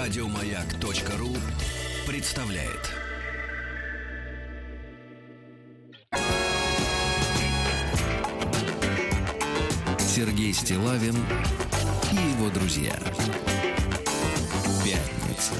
Радиомаяк.ру представляет. Сергей Стиллавин и его друзья. Пятница.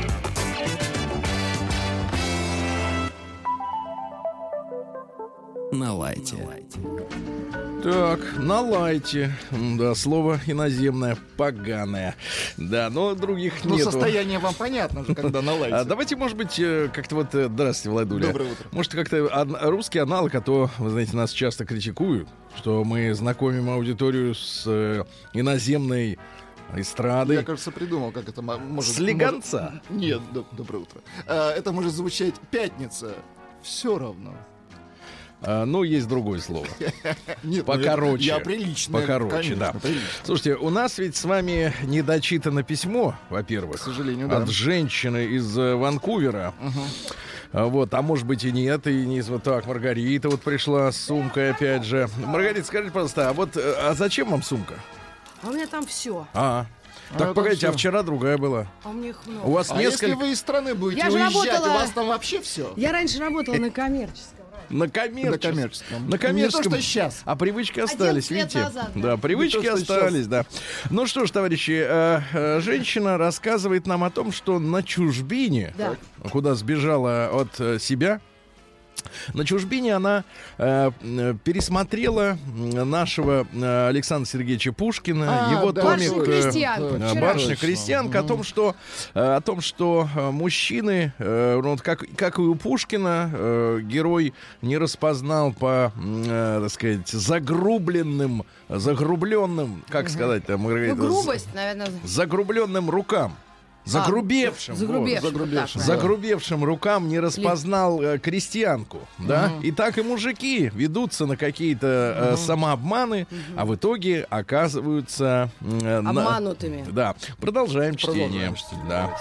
На лайте. Так, на лайте. Да, слово иноземное, поганое. Да, но других Ну, нету. состояние вам понятно же, когда на лайте. Давайте, может быть, как-то вот... Здравствуйте, Владуля. Доброе утро. Может, как-то русский аналог, а то, вы знаете, нас часто критикуют, что мы знакомим аудиторию с иноземной эстрадой. Я, кажется, придумал, как это может... Слегонца? Нет, доброе утро. Это может звучать «пятница». Все равно. Ну, есть другое слово. Нет, Покороче. Я приличный. Покороче, конечно, да. прилично. Слушайте, у нас ведь с вами недочитано письмо, во-первых, К сожалению, да. от женщины из Ванкувера. Вот, а может быть и нет, и не вот так. Маргарита вот пришла с сумкой опять же. Маргарита, скажите, пожалуйста, а зачем вам сумка? А у меня там все. Так, это погодите, а всё. вчера другая была. А у меня их много. У вас А если несколько... вы из страны будете Я же уезжать, работала- у вас там вообще все? Я раньше работала на коммерческом. На На коммерческом. коммерческом. На коммерческом. Не то, что сейчас. А привычки остались, 11 лет видите? назад, Да, привычки Не то, что остались, да. Ну что ж, товарищи, женщина рассказывает нам о том, что на чужбине, Да. куда сбежала от себя, на чужбине она пересмотрела нашего Александра Сергеевича Пушкина, его да, томик «Барышня крестьянка». «Барышня Точно. крестьянка», о том, что мужчины, вот как и у Пушкина, герой не распознал по, так сказать, загрубленным, как сказать там, Ну, грубость, наверное. загрубленным рукам. Загрубевшим. Загрубевшим. вот. Загрубевшим. Загрубевшим рукам не распознал крестьянку, да? И так и мужики ведутся на какие-то самообманы, а в итоге оказываются Обманутыми. Да. Продолжаем чтение. Да.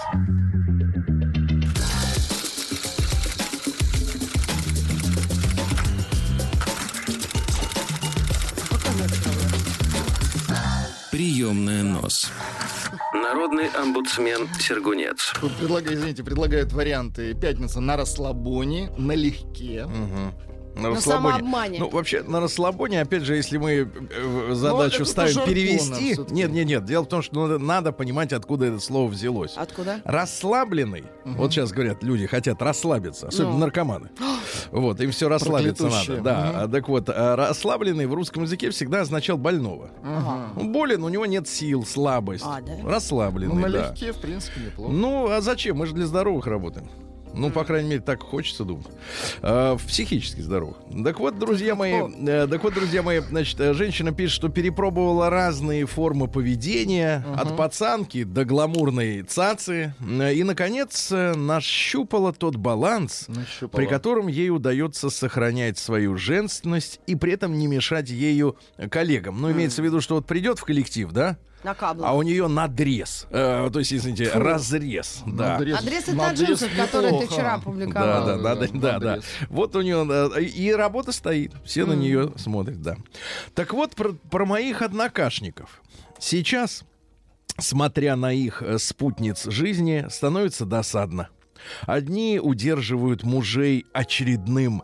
Приемная нос. Народный омбудсмен Сергунец. Тут предлагают варианты. Пятница на расслабоне, налегке. На самообмане. Ну, вообще, на расслабоне, опять же, если мы задачу это ставим жаргона перевести... всё-таки. Нет. Дело в том, что надо понимать, откуда это слово взялось. Откуда? Расслабленный. Вот сейчас говорят, люди хотят расслабиться, особенно Ну. наркоманы. Вот, им все расслабиться Проклятущие. надо. Да, так вот, расслабленный в русском языке всегда означал больного. Ну, болен, у него нет сил, слабость. Да? Расслабленный, Ну, да. налегке, в принципе, неплохо. Ну, а зачем? Мы же для здоровых работаем. Ну, по крайней мере, так хочется думать. Психически здоровых. Так вот, друзья мои, значит, женщина пишет, что перепробовала разные формы поведения, от пацанки до гламурной цацы, и, наконец, нащупала тот баланс, при котором ей удается сохранять свою женственность и при этом не мешать ею коллегам. Ну, имеется в виду, что вот придет в коллектив, да? На каблах. А у нее надрез. То есть, извините, разрез. Да. Адрес это джинсов, которые ты вчера опубликовал. Да. Вот у нее и работа стоит. Все на нее смотрят, да. Так вот, про моих однокашников. Сейчас, смотря на их спутниц жизни, становится досадно. Одни удерживают мужей очередным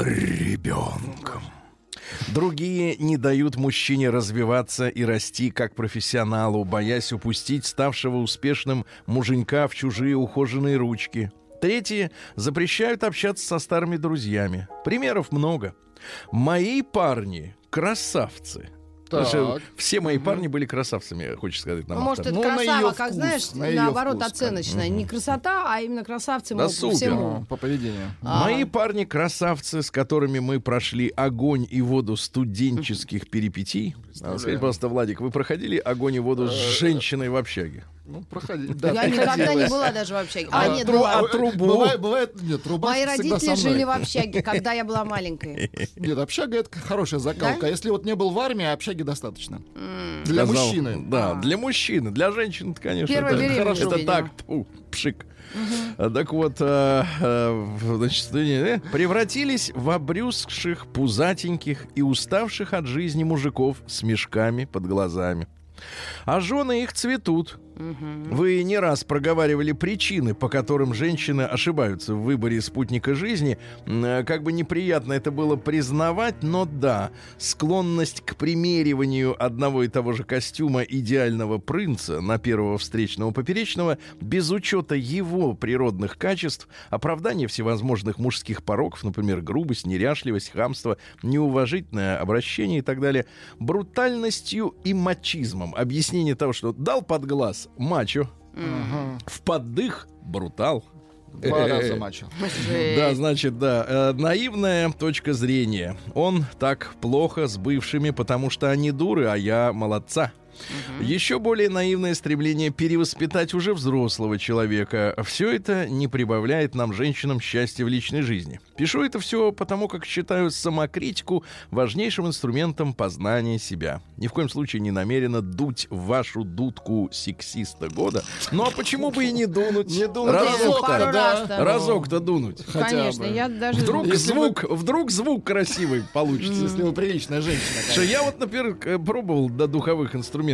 ребенком. Другие не дают мужчине развиваться и расти как профессионалу, боясь упустить ставшего успешным муженька в чужие ухоженные ручки. Третьи запрещают общаться со старыми друзьями. Примеров много. Мои парни — красавцы. Потому что все мои парни были красавцами, хочешь сказать нам. Может, это Ну, на красава, её как вкус, знаешь, на её наоборот, вкус, оценочная. Не красота, а именно красавцы Да по супер. всему. По поведению. Мои парни красавцы, с которыми мы прошли огонь и воду студенческих перипетий. Скажите, пожалуйста, Владик, вы проходили огонь и воду с женщиной в общаге? Ну, проходи. Я никогда не была даже в общаге. Нет, трубу. Бывает, нет, труба мои всегда со родители мной. жили в общаге, когда я была маленькой. Нет, общага — это хорошая закалка. Да? А если вот не был в армии, общаги достаточно. Для Сказал, мужчины. Да, для мужчины. Для женщин, конечно, Первая это, беременность, это видимо. так, пшик. Так вот, значит, превратились в обрюзгших, пузатеньких и уставших от жизни мужиков с мешками под глазами. А жены их цветут, Вы не раз проговаривали причины, по которым женщины ошибаются в выборе спутника жизни. Как бы неприятно это было признавать, но да, склонность к примериванию одного и того же костюма идеального принца на первого встречного поперечного, без учета его природных качеств, оправдание всевозможных мужских пороков, например, грубость, неряшливость, хамство, неуважительное обращение и так далее, брутальностью и мачизмом. Объяснение того, что дал под глаз мачо, в поддых брутал. 2 раза мачо. Да, значит, да. Наивная точка зрения. Он так плохо с бывшими, потому что они дуры, а я молодца. Еще более наивное стремление перевоспитать уже взрослого человека. Все это не прибавляет нам, женщинам, счастья в личной жизни. Пишу это все потому, как считаю самокритику важнейшим инструментом познания себя. Ни в коем случае не намерена дуть в вашу дудку сексиста года. Ну а почему бы и не дунуть? Не дунуть. Пару раз-то. Разок-то дунуть. Конечно, я даже... Вдруг звук красивый получится. Если вы приличная женщина. Что я вот, например, пробовал на духовых инструментах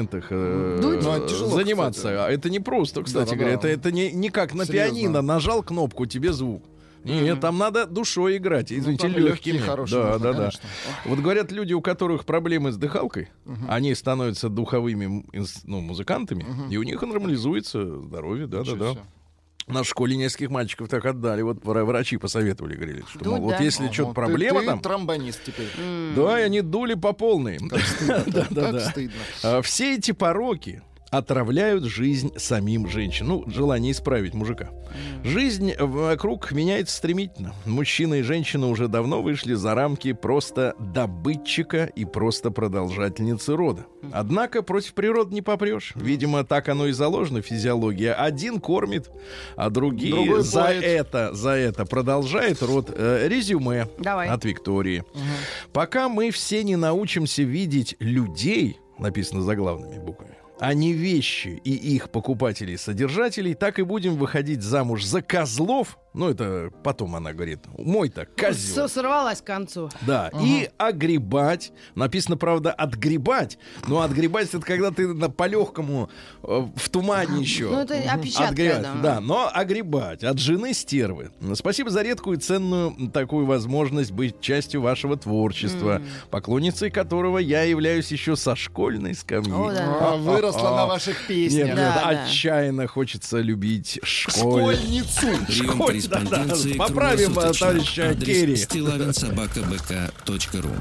заниматься. Это не просто, кстати говоря. Это не как на пианино нажал кнопку, тебе звук. Нет, там надо душой играть. Извините, легкими. Да. Вот говорят, люди, у которых проблемы с дыхалкой, они становятся духовыми музыкантами, и у них нормализуется здоровье. Да. На школе нескольких мальчиков так отдали. Вот врачи посоветовали, говорили, что, мол, вот если что-то проблема там... Ты тромбонист теперь. Да, и они дули по полной. Так стыдно. Все эти пороки отравляют жизнь самим женщинам. Желание исправить мужика. Жизнь вокруг меняется стремительно. Мужчина и женщина уже давно вышли за рамки просто добытчика и просто продолжательницы рода. Однако против природы не попрешь. Видимо, так оно и заложено в физиологии. Один кормит, а другие за это продолжает род. Резюме от Виктории. Пока мы все не научимся видеть людей, написано заглавными буквами, а не вещи и их покупателей-содержателей, так и будем выходить замуж за козлов. Ну, это потом она говорит, мой-то козел. Все сорвалось к концу. Да, и огребать. Написано, правда, отгребать. Но отгребать — это когда ты по-легкому в тумане еще. Ну, это опечатка. Да, но огребать от жены стервы. Спасибо за редкую и ценную такую возможность быть частью вашего творчества, поклонницей которого я являюсь еще со школьной скамьи. Выросла на ваших песнях. Нет, отчаянно хочется любить школьницу. Прием корреспонденции. Поправим товарища Керри. stilavinsobaka.bk.ru.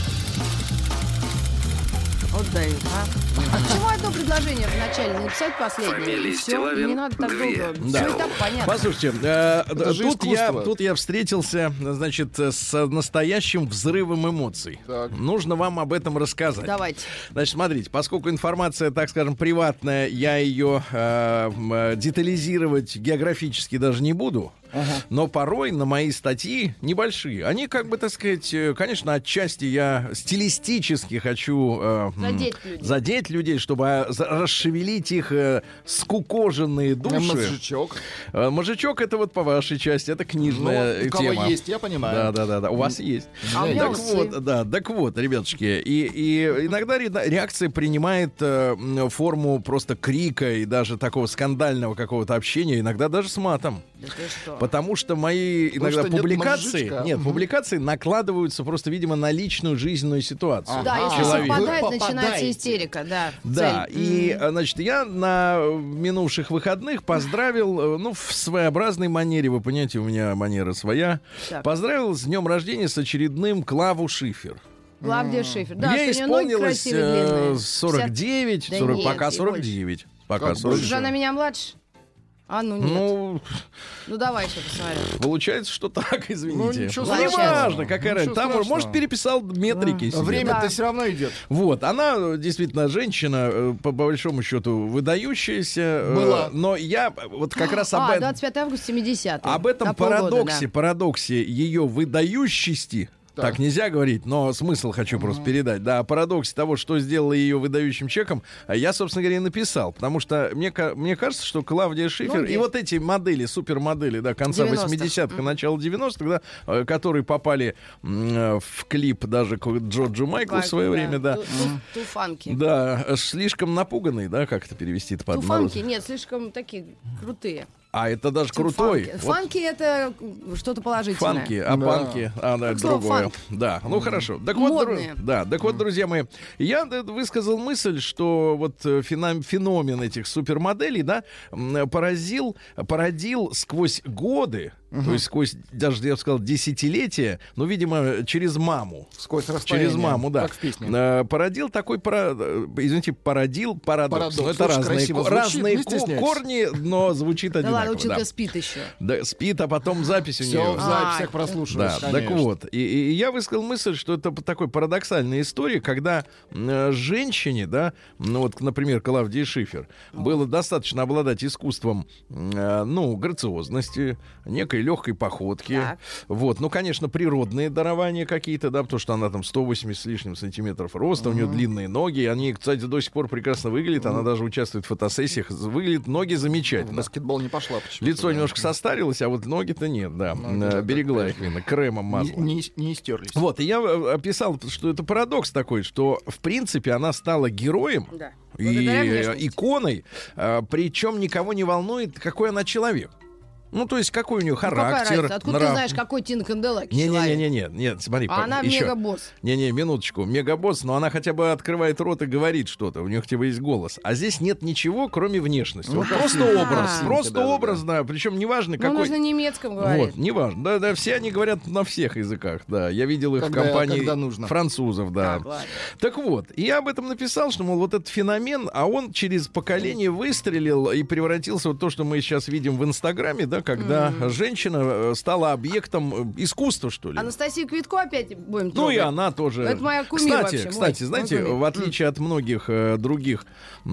Вот дают, а почему одно предложение вначале написать последнее? И всё, не надо так долго. Все и так понятно. Послушайте, тут я встретился, значит, с настоящим взрывом эмоций. Нужно вам об этом рассказать. Давайте. Значит, смотрите, поскольку информация, так скажем, приватная, я ее детализировать географически даже не буду. Но порой на мои статьи небольшие, они, как бы, так сказать, конечно, отчасти я стилистически хочу задеть людей, чтобы расшевелить их скукоженные души. Мозжечок. Мозжечок — это вот по вашей части, это книжная тема. У кого есть, я понимаю. Да, у вас есть. Так вот, ребятушки, и иногда реакция принимает форму просто крика и даже такого скандального какого-то общения, иногда даже с матом. Потому что мои иногда публикации накладываются просто, видимо, на личную жизненную ситуацию. Да, если совпадает, начинается истерика, да. Да, и, значит, я на минувших выходных поздравил, в своеобразной манере, вы понимаете, у меня манера своя, поздравил с днем рождения с очередным Клаву Шифер. Клавдия Шифер. Да, ей исполнилось 49, пока 49. Уже она меня младше? Нет. Ну давай еще посмотрим. Получается, что так, извините. Не важно, какая разница. Там, может, переписал метрики. Время-то все равно идет. Вот, она действительно женщина, по большому счету, выдающаяся. Была. Но я вот как раз об этом... 25 августа 70-е. Об этом парадоксе ее выдающести Так нельзя говорить, но смысл хочу просто передать. Да, о парадоксе того, что сделало ее выдающим человеком, я, собственно говоря, и написал. Потому что мне кажется, что Клавдия Шифер и вот эти модели, супермодели, да, конца 80-х, начала 90-х, да, которые попали в клип даже к Джорджу Майклу в свое время, да. Туфанки. Да, слишком напуганный, да, как это перевести-то под Туфанки, нет, слишком такие крутые. А это даже крутой. Фанки это что-то положительное. Фанки, а панки, это другое. Да, ну хорошо. Так вот, друзья мои, я высказал мысль, что вот феномен этих супермоделей, да, породил сквозь годы, то есть сквозь, даже я бы сказал, десятилетия, ну, видимо, через маму. Сквозь расстояние. Через маму, да. Как в песне. Породил такой, породил парадокс. Ну, это разные корни, но звучит одинаково. Да ладно, училка спит еще. Да, спит, а потом запись у нее. Все в записях прослушиваешь, да, так вот. И я высказал мысль, что это такой парадоксальная история, когда женщине, да, ну вот, например, Клавдии Шифер, было достаточно обладать искусством, ну, грациозности, некой легкой походки. Так. Вот, ну, конечно, природные дарования какие-то, да, потому что она там 180 с лишним сантиметров роста, у нее длинные ноги, они, кстати, до сих пор прекрасно выглядят, она даже участвует в фотосессиях, выглядит ноги замечательно. В баскетбол не пошла почему-то. Лицо немножко состарилось, а вот ноги-то нет, да. Берегла их, видно, кремом мазала. Не истерлись. Вот, и я описал, что это парадокс такой, что, в принципе, она стала героем и иконой, причем никого не волнует, какой она человек. Ну, то есть, какой у нее характер. Откуда ты знаешь, какой Тина Канделаки человек? Нет, смотри. А она еще. мегабосс. Минуточку. Мегабосс, но она хотя бы открывает рот и говорит что-то. У нее хотя бы есть голос. А здесь нет ничего, кроме внешности. Вот просто образ. Просто образ, да. Причем неважно, какой... Ну, нужно на немецком говорить. Вот, неважно. Да, все они говорят на всех языках, да. Я видел их в компании французов, да. Так вот, и я об этом написал, что, мол, вот этот феномен, а он через поколение выстрелил и превратился в то, что мы сейчас видим в Инстаграме, да, когда женщина стала объектом искусства, что ли. Анастасию Квитко опять будем трогать. Ну и она тоже. Это моя кумир вообще. Кстати, знаете, в отличие от многих других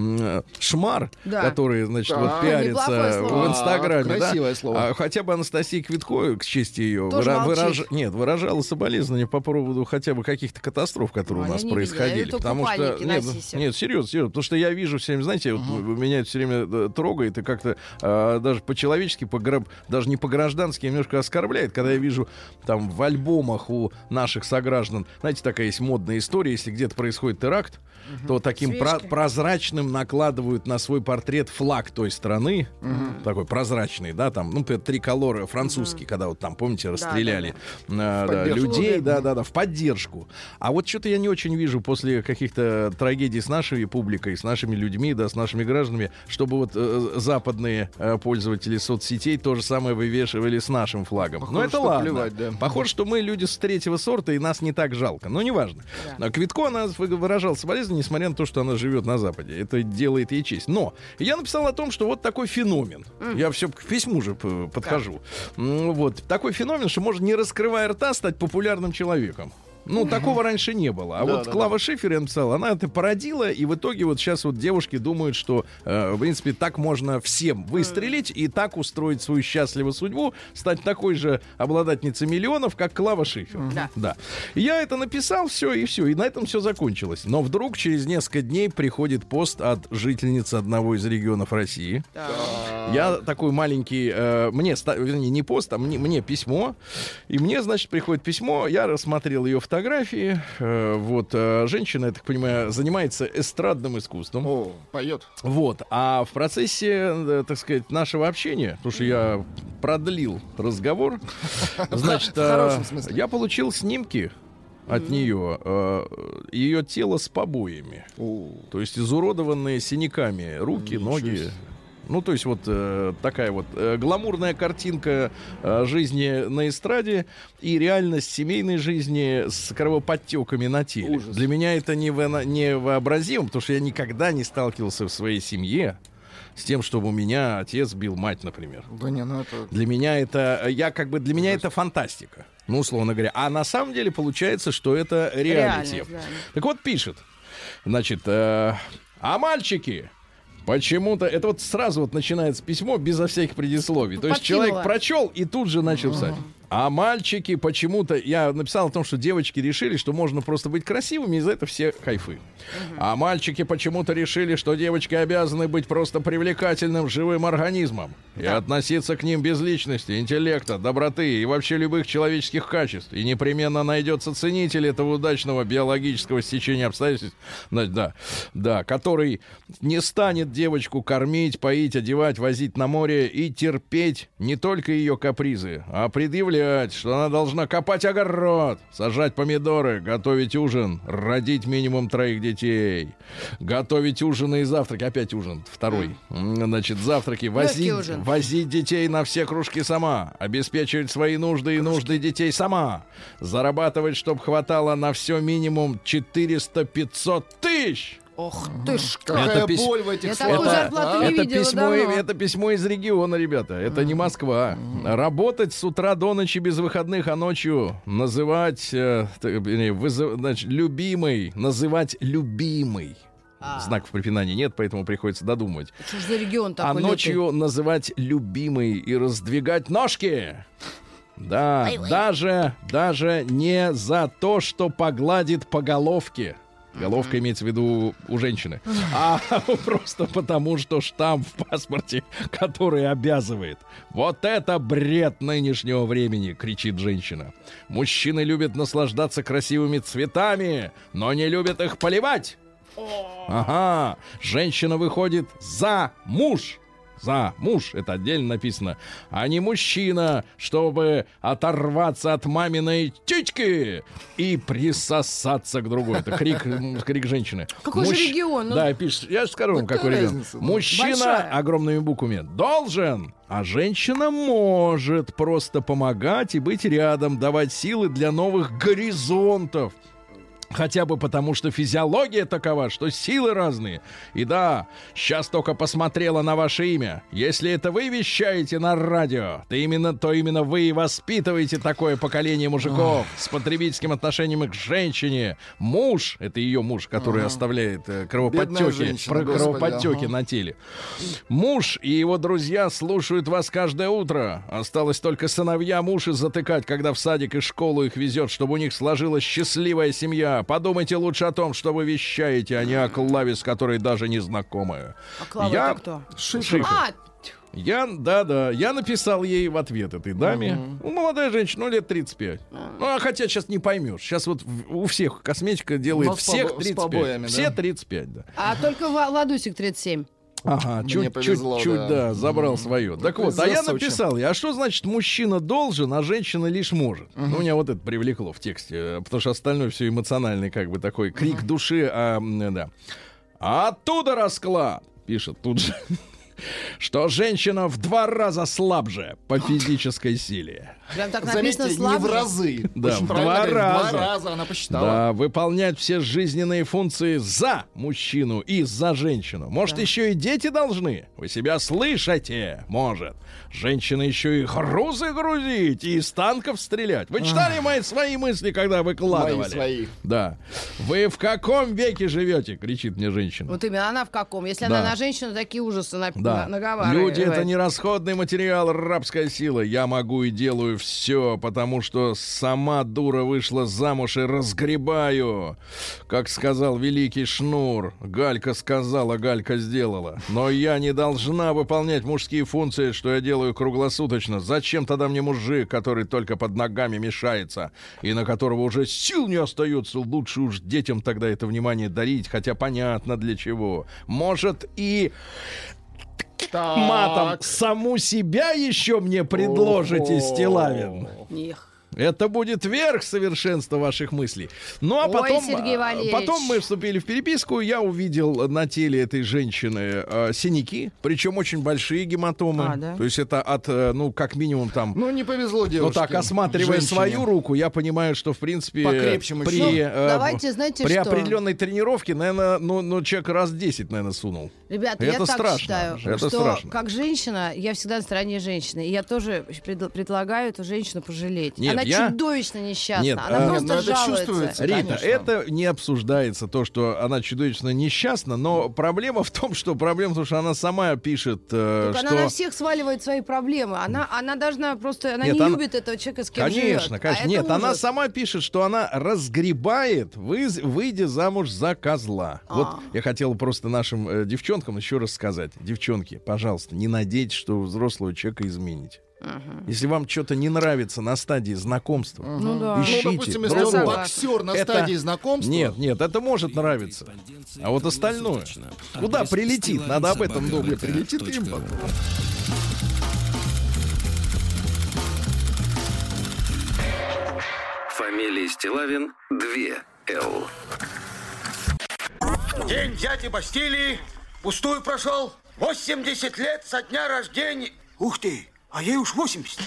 шмар, которые, значит, вот пиарятся в Инстаграме, красивое слово. Хотя бы Анастасия Квитко, к чести ее, выражала соболезнования по поводу хотя бы каких-то катастроф, которые у нас происходили. Потому что нет, серьезно, потому что я вижу все время, знаете, меня это все время трогает и как-то даже по-человечески, даже не по-граждански, немножко оскорбляет, когда я вижу там в альбомах у наших сограждан, знаете, такая есть модная история, если где-то происходит теракт, то таким прозрачным накладывают на свой портрет флаг той страны, такой прозрачный, да, там, ну, триколор французский, когда вот там, помните, расстреляли людей, в поддержку. А вот что-то я не очень вижу после каких-то трагедий с нашей публикой, с нашими людьми, да, с нашими гражданами, чтобы вот западные пользователи соцсетей то же самое вывешивали с нашим флагом. Похоже, но это ладно. Плевать, да. Похоже, что мы люди с третьего сорта, и нас не так жалко. Но неважно. Да. Квитко, она выражала соболезнования, несмотря на то, что она живет на Западе. Это делает ей честь. Но я написал о том, что вот такой феномен. Я все к письму же подхожу. Вот. Такой феномен, что можно, не раскрывая рта, стать популярным человеком. Ну, такого раньше не было. А вот Клава Шифер, я написал, она это породила, и в итоге вот сейчас вот девушки думают, что, в принципе, так можно всем выстрелить и так устроить свою счастливую судьбу, стать такой же обладательницей миллионов, как Клава Шифер. Да. Я это написал, все, и на этом все закончилось. Но вдруг через несколько дней приходит пост от жительницы одного из регионов России. Я такой маленький, вернее, не пост, а мне письмо. И мне, значит, приходит письмо, я рассмотрел ее фотографии. Вот, женщина, я так понимаю, занимается эстрадным искусством. О, поет. Вот, а в процессе, так сказать, нашего общения, потому что я продлил разговор, значит, я получил снимки от нее, ее тело с побоями. То есть изуродованные синяками руки, ноги. Ну, то есть вот такая вот гламурная картинка жизни на эстраде и реальность семейной жизни с кровоподтеками на теле. Ужас. Для меня это невообразимо, потому что я никогда не сталкивался в своей семье с тем, чтобы у меня отец бил мать, например. Да не, ну это... Для меня это... для меня это фантастика. Ну, условно говоря. А на самом деле получается, что это реалити. Да. Так вот, пишет. Значит, а мальчики... Почему-то это вот сразу вот начинается письмо безо всяких предисловий. То есть человек прочел и тут же начал писать. А мальчики почему-то... Я написал о том, что девочки решили, что можно просто быть красивыми, и за это все кайфы. А мальчики почему-то решили, что девочки обязаны быть просто привлекательным живым организмом. И относиться к ним без личности, интеллекта, доброты и вообще любых человеческих качеств. И непременно найдется ценитель этого удачного биологического стечения обстоятельств, да, который не станет девочку кормить, поить, одевать, возить на море и терпеть не только ее капризы, а предъявлять, что она должна копать огород, сажать помидоры, готовить ужин, родить минимум 3 детей, готовить ужины и завтраки, опять ужин, второй, значит, завтраки, возить детей на все кружки сама, обеспечивать свои нужды и нужды детей сама, зарабатывать, чтобы хватало на все минимум 400-500 тысяч. Ох ты ж, какая боль в этих словах. Это письмо из региона, ребята. Это не Москва. Работать с утра до ночи без выходных, а ночью называть любимый. Знаков препинания нет, поэтому приходится додумывать. Что ж за регион такой? А ночью называть любимый и раздвигать ножки. Да, даже не за то, что погладит по головке. Головка имеется в виду у женщины. А просто потому, что штамп в паспорте, который обязывает. Вот это бред нынешнего времени, кричит женщина. Мужчины любят наслаждаться красивыми цветами, но не любят их поливать. Ага, женщина выходит замуж. Это отдельно написано. А не мужчина, чтобы оторваться от маминой титьки и присосаться к другой. Это крик женщины. Какой же регион? Да, пишет. Я же скажу вам, какой регион. Мужчина большая. Огромными буквами должен, а женщина может просто помогать и быть рядом, давать силы для новых горизонтов. Хотя бы потому, что физиология такова, что силы разные. И да, сейчас только посмотрела на ваше имя. Если это вы вещаете на радио, то именно вы и воспитываете такое поколение мужиков с потребительским отношением к женщине. Муж, это ее муж, который оставляет кровоподтеки на теле. Муж и его друзья слушают вас каждое утро. Осталось только сыновья мужа затыкать, когда в садик и школу их везет, чтобы у них сложилась счастливая семья. Подумайте лучше о том, что вы вещаете, а не о Клаве, с которой даже не знакомы. А Клава это кто? Шифр. Я написал ей в ответ этой даме. Молодая женщина, лет 35. Хотя сейчас не поймешь. Сейчас вот у всех косметика делает всех 35. Побоями, все 35, да. А только Владусик 37. Ага, чуть-чуть, забрал свое. Так вот, я написал, а что значит мужчина должен, а женщина лишь может? Ну, меня вот это привлекло в тексте, потому что остальное все эмоциональный, как бы такой крик души, да. А оттуда расклад, пишет тут же, что женщина в 2 раза слабже по физической силе. Прям так написано, слабже? Не в разы. Да, в 2 раза она посчитала. Да, выполнять все жизненные функции за мужчину и за женщину. Может, еще и дети должны? Вы себя слышите? Может. Женщина еще и грузы грузить, и из танков стрелять. Вы читали свои мысли, когда выкладывали? Мои свои. Да. Вы в каком веке живете? Кричит мне женщина. Вот именно, она в каком? Если она на женщину такие ужасы наговаривает. Люди — это не расходный материал, рабская сила. Я могу и делаю все, потому что сама дура вышла замуж и разгребаю. Как сказал великий Шнур, Галька сказала, Галька сделала. Но я не должна выполнять мужские функции, что я делаю круглосуточно. Зачем тогда мне мужик, который только под ногами мешается и на которого уже сил не остается? Лучше уж детям тогда это внимание дарить, хотя понятно для чего. Может, и матом саму себя еще мне предложите, Стилавин? Это будет верх совершенства ваших мыслей. Ну, а потом мы вступили в переписку. Я увидел на теле этой женщины синяки, причем очень большие гематомы. Да? То есть это от, как минимум там... Ну, не повезло девушке. Ну, так, осматривая свою руку, я понимаю, что, в принципе, при давайте, знаете, при определенной тренировке, наверное, человек раз 10, наверное, сунул. Ребята, Это я так страшно. считаю, Это что страшно. как женщина, я всегда на стороне женщины. И я тоже предлагаю эту женщину пожалеть. Нет, она я- чудовищно несчастна. Нет, она просто это жалуется. чувствуется. Рита, Конечно. это не обсуждается, то, что она чудовищно несчастна, но проблема в том, что она сама пишет, Так что... она на всех сваливает свои проблемы. Она должна просто... Она Нет, не она- любит этого человека, с кем Конечно, живет. конечно. А Нет, это она ужас. сама пишет, что она разгребает, выйдя замуж за козла. Вот я хотел просто нашим девчонкам еще раз сказать. Девчонки, пожалуйста, не надейтесь, что вы взрослого человека измените. Если вам что-то не нравится на стадии знакомства, Ну да. ищите. Ну, допустим, если другого. он боксер на Это- стадии знакомства. Нет, это может нравиться. А вот остальное, куда прилетит, надо об этом думать. Прилетит им потом. Фамилия Стилавин 2Л. День дяди Бастилии пустую прошел. 80 лет со дня рождения. Ух ты, а ей уж 80.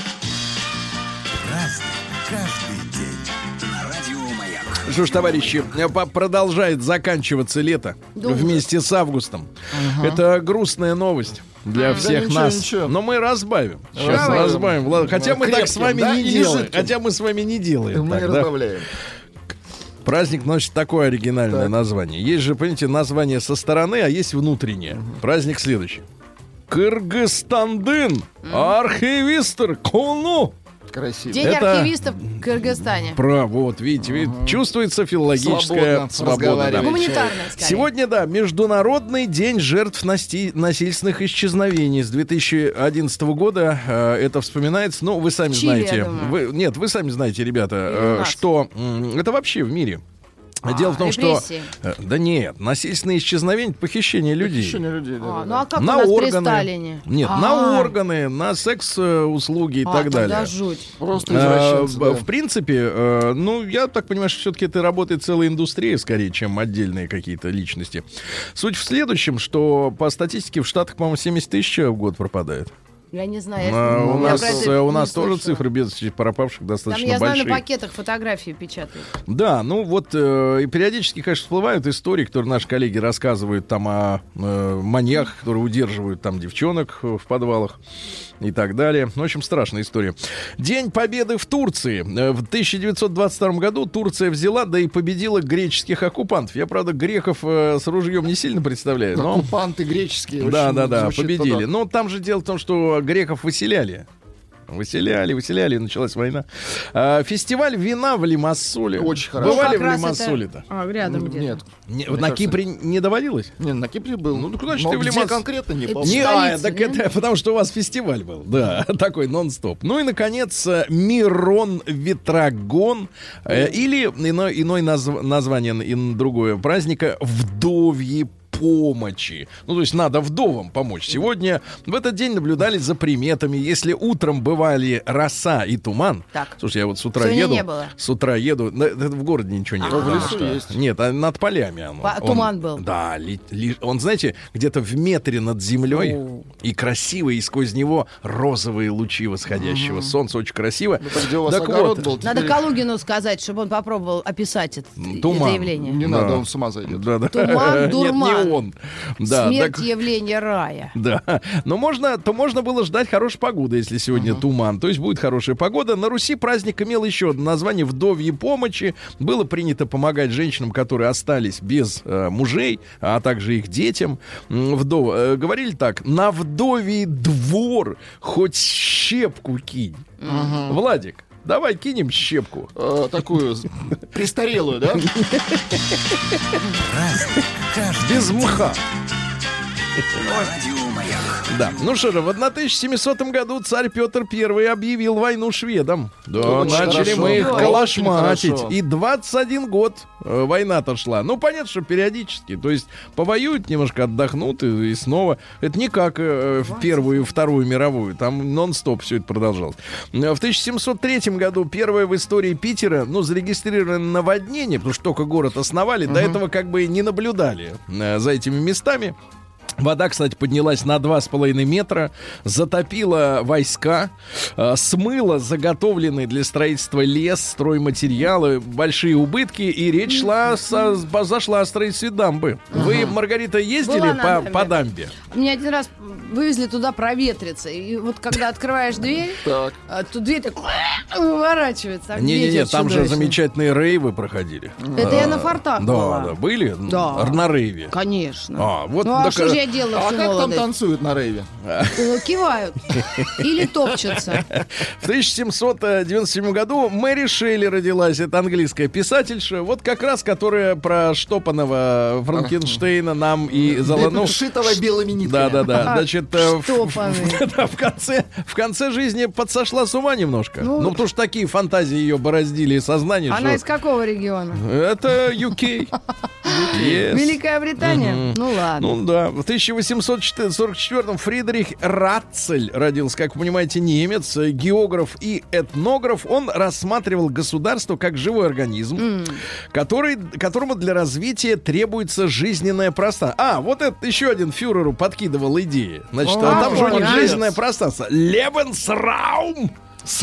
Что ж, товарищи, продолжает заканчиваться лето Долго. вместе с августом. Это грустная новость для всех ничего, нас. ничего. Но мы разбавим. Сейчас Разбавим. разбавим. Влад. Хотя мы так с Крепким, вами да, не или делаем. жидким? Хотя мы с вами не делаем. Мы так, да? разбавляем. Праздник носит такое оригинальное название. Есть же, понимаете, название со стороны, а есть внутреннее. Праздник следующий. Кыргызстандын, архивистр Куну. Красиво. День Это- архивистов в Кыргызстане. Вот, видите, чувствуется филологическая Свободно свобода. разговаривать. да. Гуманитарная, скорее. Сегодня, да, Международный день жертв насильственных исчезновений. С 2011 года это вспоминается. Ну, вы сами В Чили, я знаете. думаю. Вы сами знаете, ребята, Или у нас. что это вообще в мире. Дело в том, что... репрессии. Да нет, насильственные исчезновения, похищение людей. Похищение людей, да, да, Ну а как На у нас при органы. Сталине? Нет, на органы, на секс-услуги и так тогда далее. жуть. Просто извращенцы, да. В принципе, ну, я так понимаю, что все-таки это работает целая индустрия, скорее, чем отдельные какие-то личности. Суть в следующем, что по статистике в Штатах, по-моему, 70 тысяч человек в год пропадает. Я не знаю. У я нас, про это у не нас тоже слышала. цифры без пропавших Там, достаточно я знаю, большие. на пакетах фотографии печатают. Да, ну вот и периодически, конечно, всплывают истории, которые наши коллеги рассказывают там о маньяках, которые удерживают там девчонок в подвалах и так далее. В общем, страшная история. День Победы в Турции. В 1922 году Турция взяла, да и победила греческих оккупантов. Я, правда, греков с ружьем не сильно представляю, но... Оккупанты греческие. Да, очень звучит победили. туда. Но там же дело в том, что греков выселяли. Выселяли, началась война. Фестиваль вина в Лимассоле. Очень хорошо. Бывали Как в раз Лимассоле-то? рядом где-то. Нет. На кажется, Кипре не доводилось? Не, на Кипре был. Ну, куда же но ты в где Лимассол? конкретно не Это помню. Не, столица, так нет? это потому, что у вас фестиваль был. Да, такой нон-стоп. Ну и, наконец, Мирон Ветрогон. Или иное название другое праздника «Вдовьи помощи». Ну, то есть надо вдовам помочь. Сегодня в этот день наблюдались за приметами. Если утром бывали роса и туман. Так. Слушай, я вот с утра Сегодня еду. не было. С утра еду. В городе ничего нет. в пока лесу что. есть. Нет, а над полями оно. Туман был. Да, он, знаете, где-то в метре над землей. И красиво, и сквозь него розовые лучи восходящего солнца. Очень красиво. Это где у вас Так огород вот, был? Надо теперь Калугину сказать, чтобы он попробовал описать это Туман. явление. Не Да. надо, он с ума зайдет. Да. Туман, дурман. Нет, не он. Да, Смерть так- явления рая. Да, но можно было ждать хорошей погоды, если сегодня туман. То есть будет хорошая погода. На Руси праздник имел еще одно название «Вдовьи помощи». Было принято помогать женщинам, которые остались без мужей, а также их детям. Говорили так: на вдовий двор хоть щепку кинь. Владик, давай кинем щепку. Такую престарелую, да? Без мха. Да. Ну что же, в 1700 году царь Петр I объявил войну шведам. Да, Очень начали хорошо. мы их Очень калашматить. хорошо. И 21 год война-то шла. Ну, понятно, что периодически. То есть повоюют, немножко отдохнут и снова. Это не как в Первую и Вторую мировую. Там нон-стоп все это продолжалось. В 1703 году первое в истории Питера, зарегистрировано наводнение, потому что только город основали. До этого как бы не наблюдали за этими местами. Вода, кстати, поднялась на 2,5 метра, затопила войска, смыла заготовленный для строительства лес, стройматериалы, большие убытки, и речь зашла о строительстве дамбы. Вы, Маргарита, ездили по дамбе? Меня один раз вывезли туда проветриться, и вот когда открываешь дверь, то дверь так выворачивается. Не-не-не, там же замечательные рейвы проходили. Это я на фортах была. Да, были? Да. На рейве? Конечно. Вот что же я делала всю как молодость? там танцуют на рейве? Кивают. Или топчутся. В 1797 году Мэри Шелли родилась. Это английская писательша. Вот как раз, которая про штопаного Франкенштейна нам и заланул. Шитого белыми нитками. Да. Значит, Штопанный. в конце жизни подсошла с ума немножко. Ну, потому что такие фантазии ее бороздили сознание. Она из какого региона? Это UK. Yes. Великая Британия? Ну ладно. Ну да. В 1844-м Фридрих Ратцель родился, как вы понимаете, немец, географ и этнограф. Он рассматривал государство как живой организм, которому для развития требуется жизненное пространство. Вот это еще один фюреру подкидывал идеи. Значит, там же у них жизненное пространство. Лебенсраум.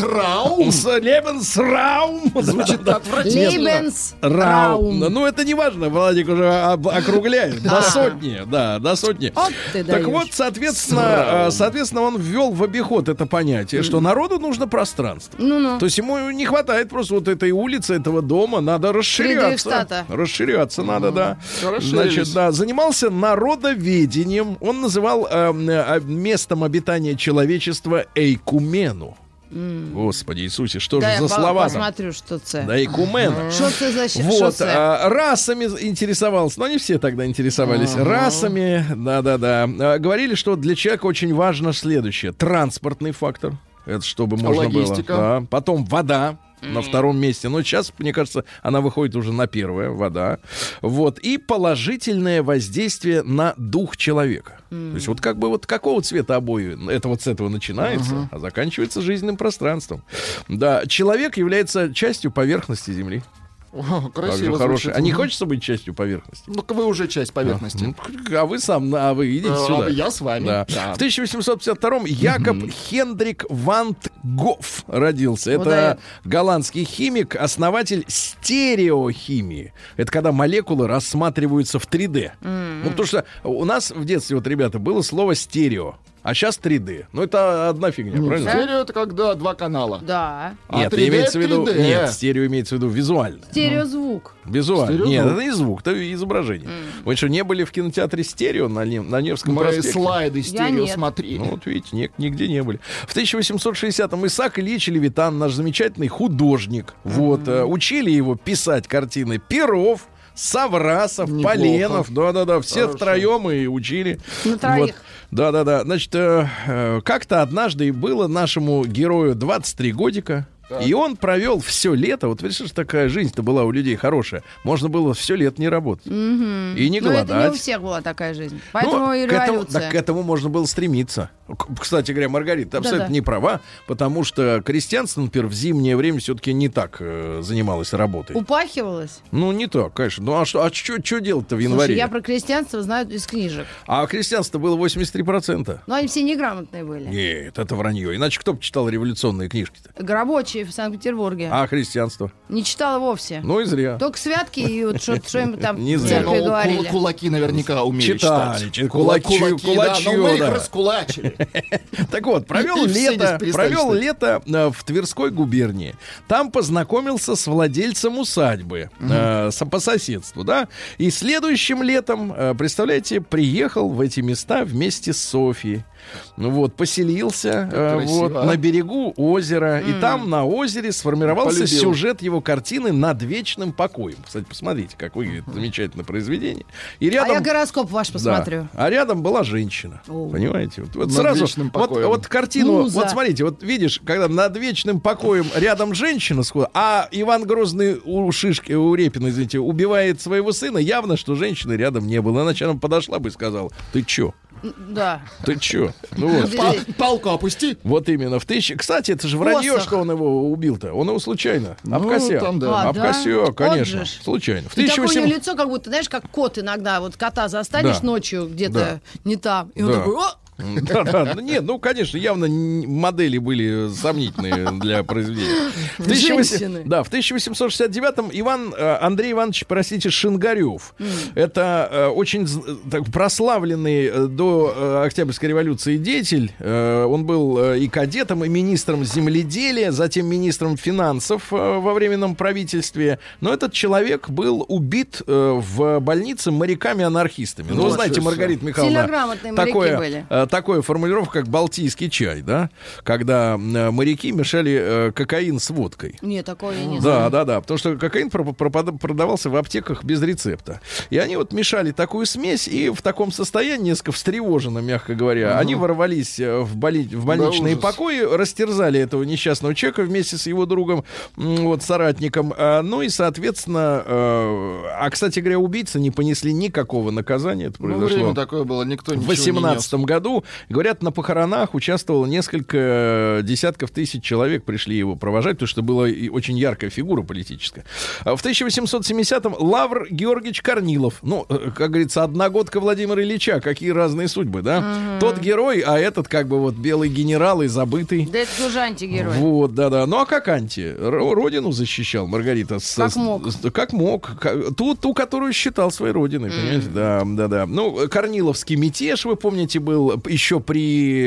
Лебенсраум. Звучит отвратительно. Лебенсраум. Ну, это не важно, Владик уже округляет. До сотни, до сотни. Так вот, соответственно, он ввел в обиход это понятие, что народу нужно пространство. То есть ему не хватает просто вот этой улицы, этого дома, надо расширяться. Расширяться надо, да. Значит, да, занимался народоведением. Он называл местом обитания человечества Эйкумену. Господи Иисусе, что же за слова? Я посмотрю, что это. Да, Эйкумена. Что это за вот, расами интересовался. Но они все тогда интересовались расами. Да. Говорили, что для человека очень важно следующее. Транспортный фактор. Это чтобы можно было. Да. Потом вода. На втором месте. Но сейчас, мне кажется, она выходит уже на первое, вода. Вот. И положительное воздействие на дух человека. То есть вот как бы вот какого цвета обои это вот с этого начинается, а заканчивается жизненным пространством. Да, человек является частью поверхности Земли. Красиво звучит. А не хочется быть частью поверхности? Ну-ка вы уже часть поверхности. А вы идите сюда. Я с вами. Да. В 1852-м Якоб Хендрик ван 't Гоф родился. Это голландский химик, основатель стереохимии. Это когда молекулы рассматриваются в 3D. Ну, потому что у нас в детстве, вот, ребята, было слово стерео. А сейчас 3D. Ну, это одна фигня, правильно? Стерео — это когда два канала. Да. Нет, имеется в виду... Нет, стерео имеется в виду визуально. Стереозвук. Визуально. Нет, это не звук, это изображение. Вы что, не были в кинотеатре стерео на Невском проспекте? Слайды стерео смотрели. Ну, вот видите, нигде не были. В 1860-м Исаак Ильич Левитан, наш замечательный художник, учили его писать картины Перов, Саврасов, неплохо. Поленов, да, все втроем и учили. На троих. Да. Значит, как-то однажды было нашему герою 23 годика. Так. И он провел все лето. Вот видишь, такая жизнь-то была у людей хорошая. Можно было все лето не работать. И не голодать. Но это не у всех была такая жизнь. Поэтому и революция. К этому можно было стремиться. Кстати говоря, Маргарита абсолютно не права, потому что крестьянство, например, в зимнее время все-таки не так занималось работой. Упахивалось? Ну, не так, конечно. Ну, а что делать-то в январе? Слушай, я про крестьянство знаю из книжек. А крестьянство было 83%. Но они все неграмотные были. Нет, это вранье. Иначе кто бы читал революционные книжки-то? Рабочие в Санкт-Петербурге. А христианство? Не читала вовсе. Ну и зря. Только святки и вот что им там не в церкви говорили. Кулаки наверняка умели читать. Кулаки, да, но мы их раскулачили. Так вот, провел лето в Тверской губернии. Там познакомился с владельцем усадьбы по соседству, да. И следующим летом, представляете, приехал в эти места вместе с Софьей. Вот, поселился на берегу озера. И там на озере сформировался сюжет его картины «Над вечным покоем». Кстати, посмотрите, какое замечательное произведение. И рядом, я гороскоп ваш посмотрю. Да, а рядом была женщина. Понимаете? Вот сразу вот картину, вот смотрите, вот видишь, когда над вечным покоем рядом женщина сходит, а Иван Грозный у Репина, извините, убивает своего сына, явно, что женщины рядом не было. Иначе она подошла бы и сказала: ты чё? Да. Ты чё? Ну вот. Палку опусти. Вот именно. Кстати, это же вранье, Посох. что он его убил-то. Он его случайно. Об косяк. там, да. Об косяк, конечно. Вот же ж. Случайно. В И такое у него 1800... лицо, как будто, знаешь, как кот иногда. Вот кота застанешь Да. ночью где-то Да. не там. И он Да. такой: о! Да. Нет, ну, конечно, явно модели были сомнительные для произведения. Женщины. Да, в 1869-м Андрей Иванович, простите, Шингарев. Это очень прославленный до Октябрьской революции деятель. Он был и кадетом, и министром земледелия, затем министром финансов во временном правительстве. Но этот человек был убит в больнице моряками-анархистами. Ну, вы знаете, Маргарита Михайловна, Сильно грамотные моряки были. такая формулировка, как балтийский чай, да? Когда моряки мешали кокаин с водкой. Нет, такого я не знаю. Да. Потому что кокаин продавался в аптеках без рецепта. И они вот мешали такую смесь, и в таком состоянии, несколько встревоженно, мягко говоря, они ворвались в больничные покои, растерзали этого несчастного человека вместе с его другом, вот, соратником. Ну и, соответственно, кстати говоря, убийцы не понесли никакого наказания. Это произошло Время такое было, никто ничего в 18 году. Говорят, на похоронах участвовало несколько десятков тысяч человек, пришли его провожать, потому что была и очень яркая фигура политическая. В 1870-м Лавр Георгиевич Корнилов. Ну, как говорится, одногодка Владимира Ильича. Какие разные судьбы, да? Тот герой, а этот как бы вот белый генерал и забытый. Да это тоже антигерой. Вот, да. Ну, а как анти? Родину защищал, Маргарита. Как мог. Как мог. Ту, которую считал своей родиной, понимаете? Да. Ну, Корниловский мятеж, вы помните, был еще при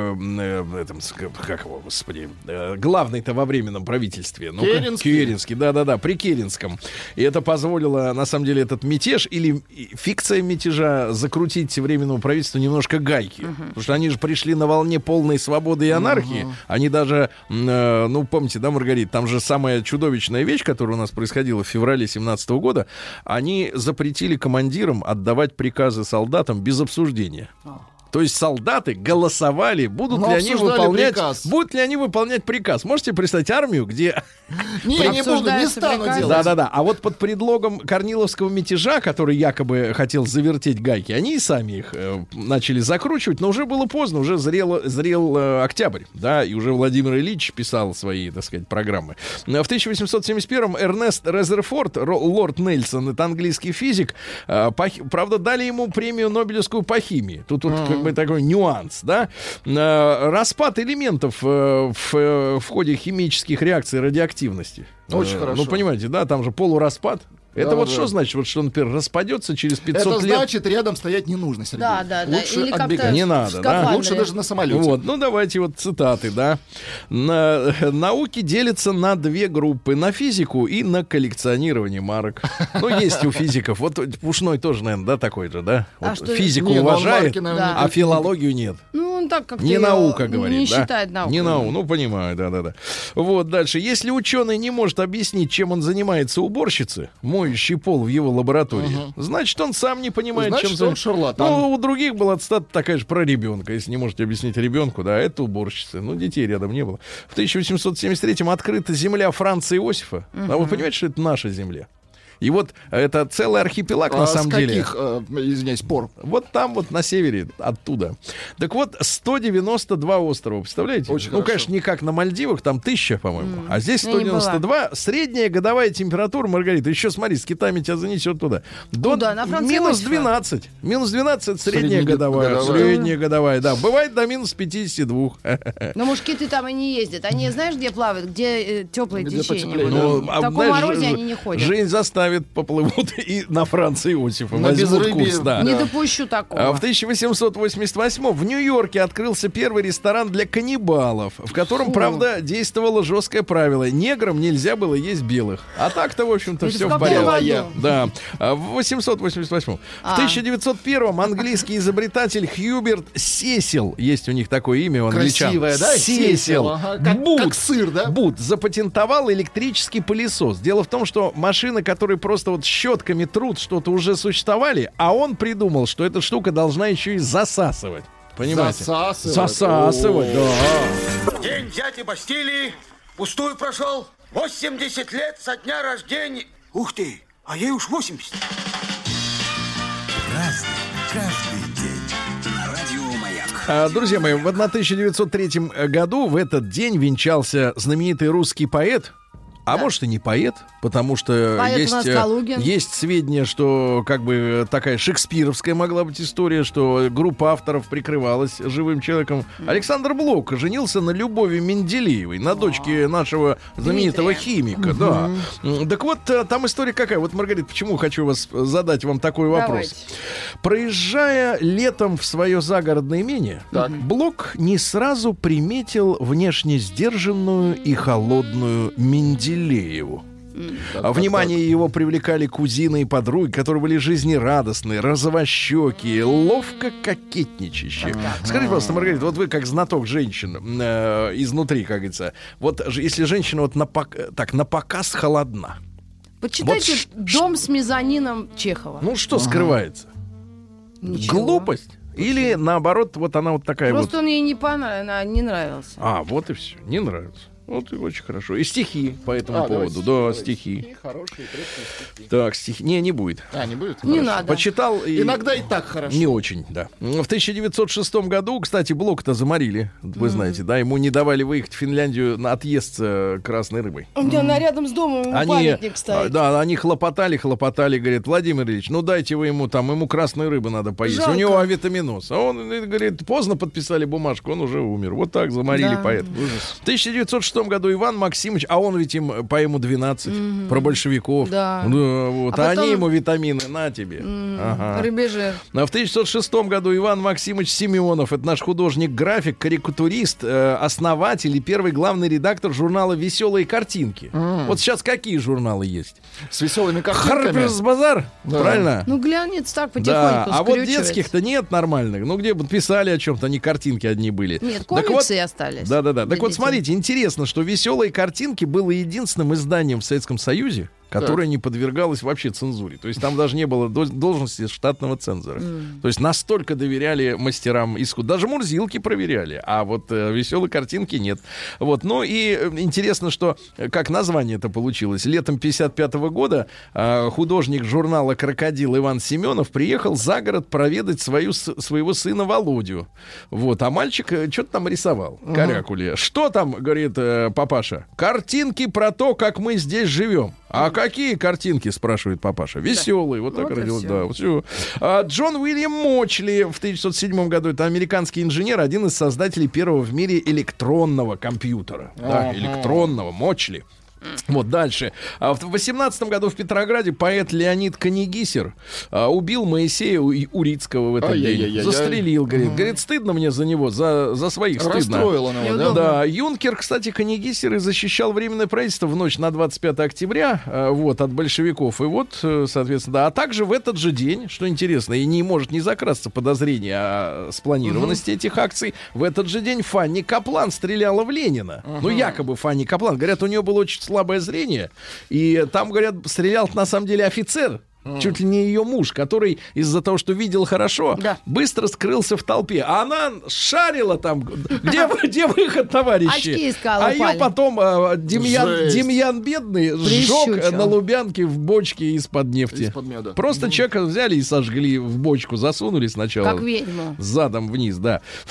этом, как его, господи, главный-то во временном правительстве. Керенский, да, при Керенском. И это позволило, на самом деле, этот мятеж или фикция мятежа закрутить временному правительству немножко гайки. Потому что они же пришли на волне полной свободы и анархии. Они даже, ну, помните, да, Маргарита, там же самая чудовищная вещь, которая у нас происходила в феврале 17 года, они запретили командирам отдавать приказы солдатам без обсуждения. То есть солдаты голосовали, будут ли они выполнять приказ. Можете представить армию, где... Не буду, не стану делать. Да. А вот под предлогом Корниловского мятежа, который якобы хотел завертеть гайки, они и сами их начали закручивать, но уже было поздно, уже зрел октябрь, да, и уже Владимир Ильич писал свои, так сказать, программы. В 1871-м Эрнест Резерфорд, лорд Нельсон, это английский физик, правда, дали ему премию Нобелевскую по химии. Тут вот как бы такой нюанс, да. Распад элементов в ходе химических реакций радиоактивности. Очень хорошо. Ну, понимаете, да, там же полураспад. Это вот что значит? Вот что, например, распадется через 500 лет. Это значит, рядом стоять не нужно, Сергей. Да. Лучше Или отбегать. Не надо, да? Лучше даже на самолете. Вот, ну давайте вот цитаты, да. Науки делятся на две группы: на физику и на коллекционирование марок. Ну, есть у физиков. Вот Пушной тоже, наверное, да, такой же, да? Вот физику уважает, а филологию нет. Ну, он так как-то Не наука, говорит, не да? считает наукой. Не наука, ну, понимаю, да. Вот, дальше. Если ученый не может объяснить, чем он занимается уборщице, моющий пол в его лаборатории, значит, он сам не понимает, Значит, чем занимается. он шарлатан. Ну, у других была цитата такая же про ребенка. Если не можете объяснить ребенку, да, это уборщица. Ну, детей рядом не было. В 1873-м открыта земля Франца Иосифа. А вы понимаете, что это наша земля? И вот это целый архипелаг, на самом деле. С каких, извиняюсь, пор? Вот там вот на севере, оттуда. Так вот, 192 острова, представляете? Очень ну, хорошо. конечно, не как на Мальдивах, там 1000, по-моему. А здесь Я не 192. Средняя годовая температура, Маргарита, еще смотри, с Китами тебя занесет туда. Куда? На Франца минус Иосифа? 12. Минус 12 средняя годовая. Средняя годовая, да. Бывает до минус 52. Но мушкеты там и не ездят. Они, знаешь, где плавают? Где теплые Где течения потеплее. будут. Ну, В таком знаешь, морозе они не ходят. Жизнь заставит, поплывут и на Франца Иосифа. На Возьмут безрыбье. курс, да. Не допущу такого. В 1888 в Нью-Йорке открылся первый ресторан для каннибалов, в котором, правда, действовало жесткое правило: неграм нельзя было есть белых. А так-то, в общем-то, Это все в в каком порядке. году? Да. В 888. В 1901 английский изобретатель Хьюберт Сесил, есть у них такое имя у англичан. Красивое, да? Сесил. Ага. Как сыр, да? Бут запатентовал электрический пылесос. Дело в том, что машины, которые просто вот щетками трут, что-то уже существовали, а он придумал, что эта штука должна еще и засасывать. Понимаете? Засасывать, да. День дяди Бастилии пустую прошел. 80 лет со дня рождения. Ух ты, а ей уж 80. Разный, каждый день. Друзья мои, в 1903 году в этот день венчался знаменитый русский поэт. А может и не поэт, потому что есть сведения, что как бы такая шекспировская могла быть история, что группа авторов прикрывалась живым человеком. Александр Блок женился на Любови Менделеевой, на дочке нашего знаменитого химика. Да. Так вот, там история какая. Вот, Маргарита, почему хочу задать вам такой вопрос. Давайте. Проезжая летом в свое загородное имение, Блок не сразу приметил внешне сдержанную и холодную Менделееву. Внимание его привлекали кузины и подруги, которые были жизнерадостные, розовощекие, ловко кокетничащие. Скажите, пожалуйста, Маргарита, вот вы как знаток женщин изнутри, как говорится, вот если женщина вот на показ холодна. Почитайте «Дом с мезонином» Чехова. Ну что скрывается? Ничего. Глупость? Или наоборот, вот она вот такая Просто вот... он ей не нравился. Вот и все, не нравится. Вот и очень хорошо. И стихи по этому поводу. Да, стихи. Хорошие, крепкие стихи. Так, стихи. Не будет. Не будет? Не надо. Почитал. Иногда и так хорошо. Не очень, да. В 1906 году, кстати, Блока-то заморили. Вы знаете, да? Ему не давали выехать в Финляндию на отъезд с красной рыбой. У меня рядом с домом памятник стоит. Да, они хлопотали, говорят, Владимир Ильич, ну дайте вы ему красной рыбы надо поесть. Жалко. У него авитаминоз. А он говорит, поздно подписали бумажку, он уже умер. Вот так заморили поэта. В 1906 году Иван Максимович, а он ведь по ему 12, про большевиков. Да. Вот, А потом... они ему витамины, на тебе. Рыбежир. А в 1906 году Иван Максимович Семенов, это наш художник-график, карикатурист, основатель и первый главный редактор журнала «Веселые картинки». Вот сейчас какие журналы есть? С веселыми картинками. Харперс Базар, правильно? Ну, глянец так потихоньку Да, а вот скрючивается. детских-то нет нормальных. Ну, где бы писали о чем-то, они картинки одни были. Нет, Так комиксы вот, остались. Да. Так детей. вот, смотрите, интересно, что «Веселые картинки» было единственным изданием в Советском Союзе, которое не подвергалось вообще цензуре. То есть там даже не было должности штатного цензора. То есть настолько доверяли мастерам искусства. Даже Мурзилки проверяли, а вот «Веселые картинки» нет. Вот. Ну и интересно, что как название это получилось. Летом 1955 года художник журнала «Крокодил» Иван Семенов приехал за город проведать своего сына Володю. Вот. А мальчик что-то там рисовал. Карякули. Что там, говорит папаша? Картинки про то, как мы здесь живем. А какие картинки, спрашивает папаша? Веселые, вот так родилось, да. Вот все. Джон Уильям Мочли в 1907 году, это американский инженер, один из создателей первого в мире электронного компьютера. Да, электронного, Мочли. Вот дальше. В 18 году в Петрограде поэт Леонид Канегисер убил Моисея Урицкого в этот день. Застрелил, говорит, стыдно мне за него, за своих стыдно. Расстроил он его, Да, Юнкер, кстати, Канегисер и защищал Временное правительство в ночь на 25 октября вот, от большевиков. И вот, соответственно, да. А также в этот же день, что интересно, и не может не закрасться подозрение о спланированности этих акций, в этот же день Фанни Каплан стреляла в Ленина. Ну, якобы Фанни Каплан. Говорят, у нее было очень слабое зрение, и там, говорят, стрелял на самом деле офицер, чуть ли не ее муж, который из-за того, что видел хорошо, быстро скрылся в толпе. А она шарила там, где выход, товарищи. Очки искала, а ее потом Демьян Бедный сжег на Лубянке в бочке из-под нефти. Из-под меда. Просто человека взяли и сожгли, в бочку засунули сначала. Как ведьму. Задом вниз, да. В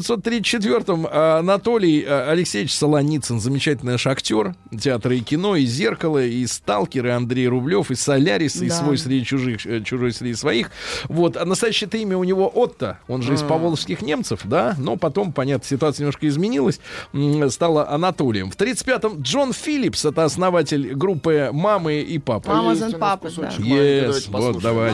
1934-м Анатолий Алексеевич Солоницын, замечательный наш актер театра и кино, и «Зеркало», и «Сталкер», и Андрей Рублев, и «Солярис», и «Свой среди чужих, чужой среди своих». Вот. А настоящее имя у него Отто. Он же из поволжских немцев, да. Но потом, понятно, ситуация немножко изменилась. Стала Анатолием. В 35-м Джон Филлипс, это основатель группы «Мамы и папы». Mamas and Papas, да. Yes, вот, давайте.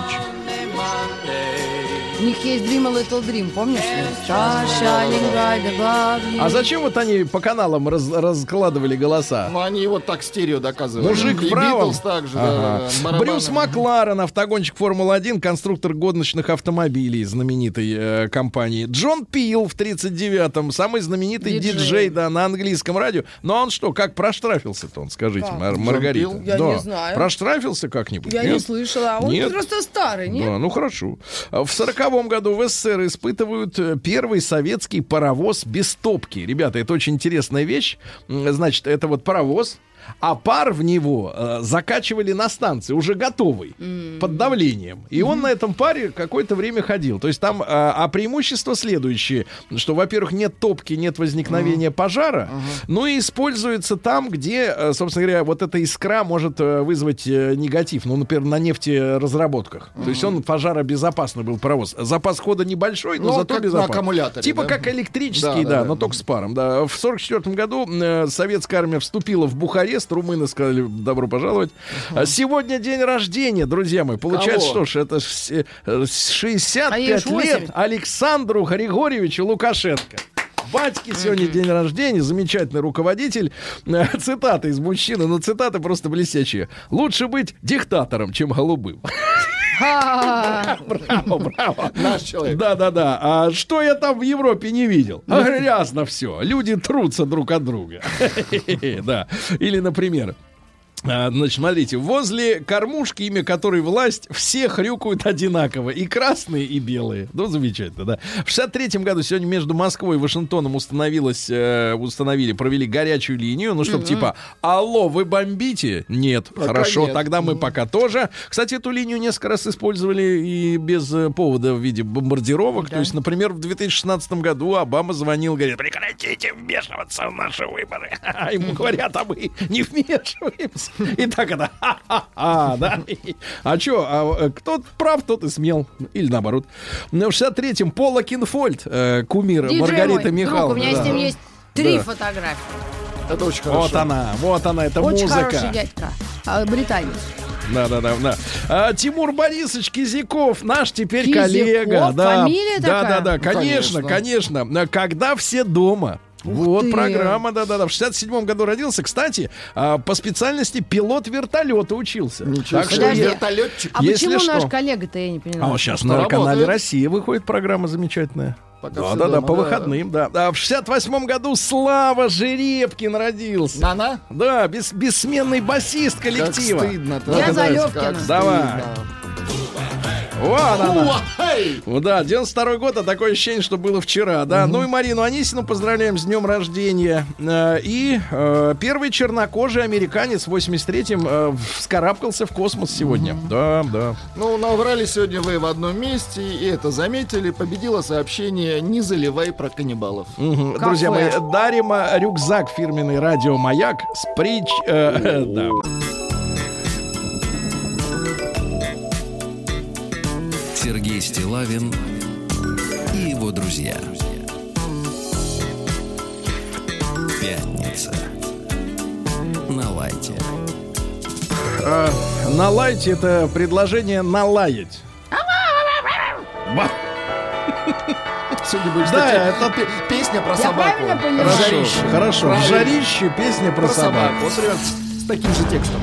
У них есть Dream a Little Dream, помнишь? Star shining bright above you. А зачем вот они по каналам раскладывали голоса? Ну, они вот так стерео доказывали. Мужик и в правом. Битлз также, да, Брюс Макларен, автогонщик Формулы-1, конструктор гоночных автомобилей знаменитой компании. Джон Пил в 39-м, самый знаменитый диджей, да, на английском радио. Но он что, как проштрафился-то он, скажите, Маргарита? Я не знаю. Проштрафился как-нибудь? Я не слышала. Он Нет? просто старый, нет? Да, ну хорошо. В 40-м году в СССР испытывают первый советский паровоз без топки. Ребята, это очень интересная вещь. Значит, это вот паровоз. а пар в него закачивали на станции, уже готовый, под давлением. И он на этом паре какое-то время ходил. То есть там преимущество следующее, что, во-первых, нет топки, нет возникновения пожара, но и используется там, где, собственно говоря, вот эта искра может вызвать негатив. Ну, например, на нефтеразработках. То есть он пожаробезопасный был паровоз. Запас хода небольшой, но зато безопасный. На аккумуляторе, типа да? как электрический, да, но только с паром. Да. В 1944 году советская армия вступила в Бухарест. Румыны сказали: добро пожаловать. Сегодня день рождения, друзья мои. Получается, что ж, это 65 лет Александру Григорьевичу Лукашенко. Батьки сегодня день рождения, замечательный руководитель. Цитаты из мужчины, но цитаты просто блестящие. Лучше быть диктатором, чем голубым. Браво. Наш человек. Да. А что я там в Европе не видел? Грязно все. Люди трутся друг от друга. Да. Или, например, значит, смотрите, возле кормушки, имя которой власть, все хрюкают одинаково. И красные, и белые. Ну, замечательно, да. В 63-м году сегодня между Москвой и Вашингтоном провели горячую линию. Ну, чтобы типа, алло, вы бомбите? Нет. Пока хорошо, нет. Тогда мы пока тоже. Кстати, эту линию несколько раз использовали и без повода в виде бомбардировок. Да. То есть, например, в 2016 году Обама звонил, говорит: прекратите вмешиваться в наши выборы. Ему говорят: а мы не вмешиваемся. И так это, да. А что, кто прав, тот и смел. Или наоборот. В 63-м Пола Кинфольд, кумир Маргариты Михайловны. У меня с ним есть 3 фотографии. Это очень хорошо. Вот она, это очень музыка. Очень хороший дядька. Британец. Да. Тимур Борисович Кизяков, наш теперь коллега. Да. Фамилия такая? Да. Конечно. Когда все дома. Вот программа, да. В 67-м году родился. Кстати, по специальности пилот вертолета учился. Ничего так себе, что вертолетчик. А почему наш коллега-то, я не понимаю? А сейчас на канале «Россия» выходит программа замечательная. Да, по выходным, да. А в 68-м году Слава Жеребкин родился. Нана? Да, бессменный басист коллектива. Как стыдно-то. Я за Лёвкина. Давай. Вот она. Да, 92-й год, а такое ощущение, что было вчера, да. Ну и Марину Анисину поздравляем с днем рождения. И первый чернокожий американец в 83-м вскарабкался в космос сегодня. Да. Ну, наврали сегодня вы в одном месте, и это заметили. Победило сообщение: не заливай про каннибалов. Друзья мои, дарим рюкзак фирменный «Радио Маяк» с да. Сергей Стиллавин и его друзья. Пятница. На лайте. На лайте — это предложение налаять. Сегодня будет, да, кстати, это песня про Я собаку. правильно поняла? Хорошо. В жарище песня про собаку. Вот прям с таким же текстом.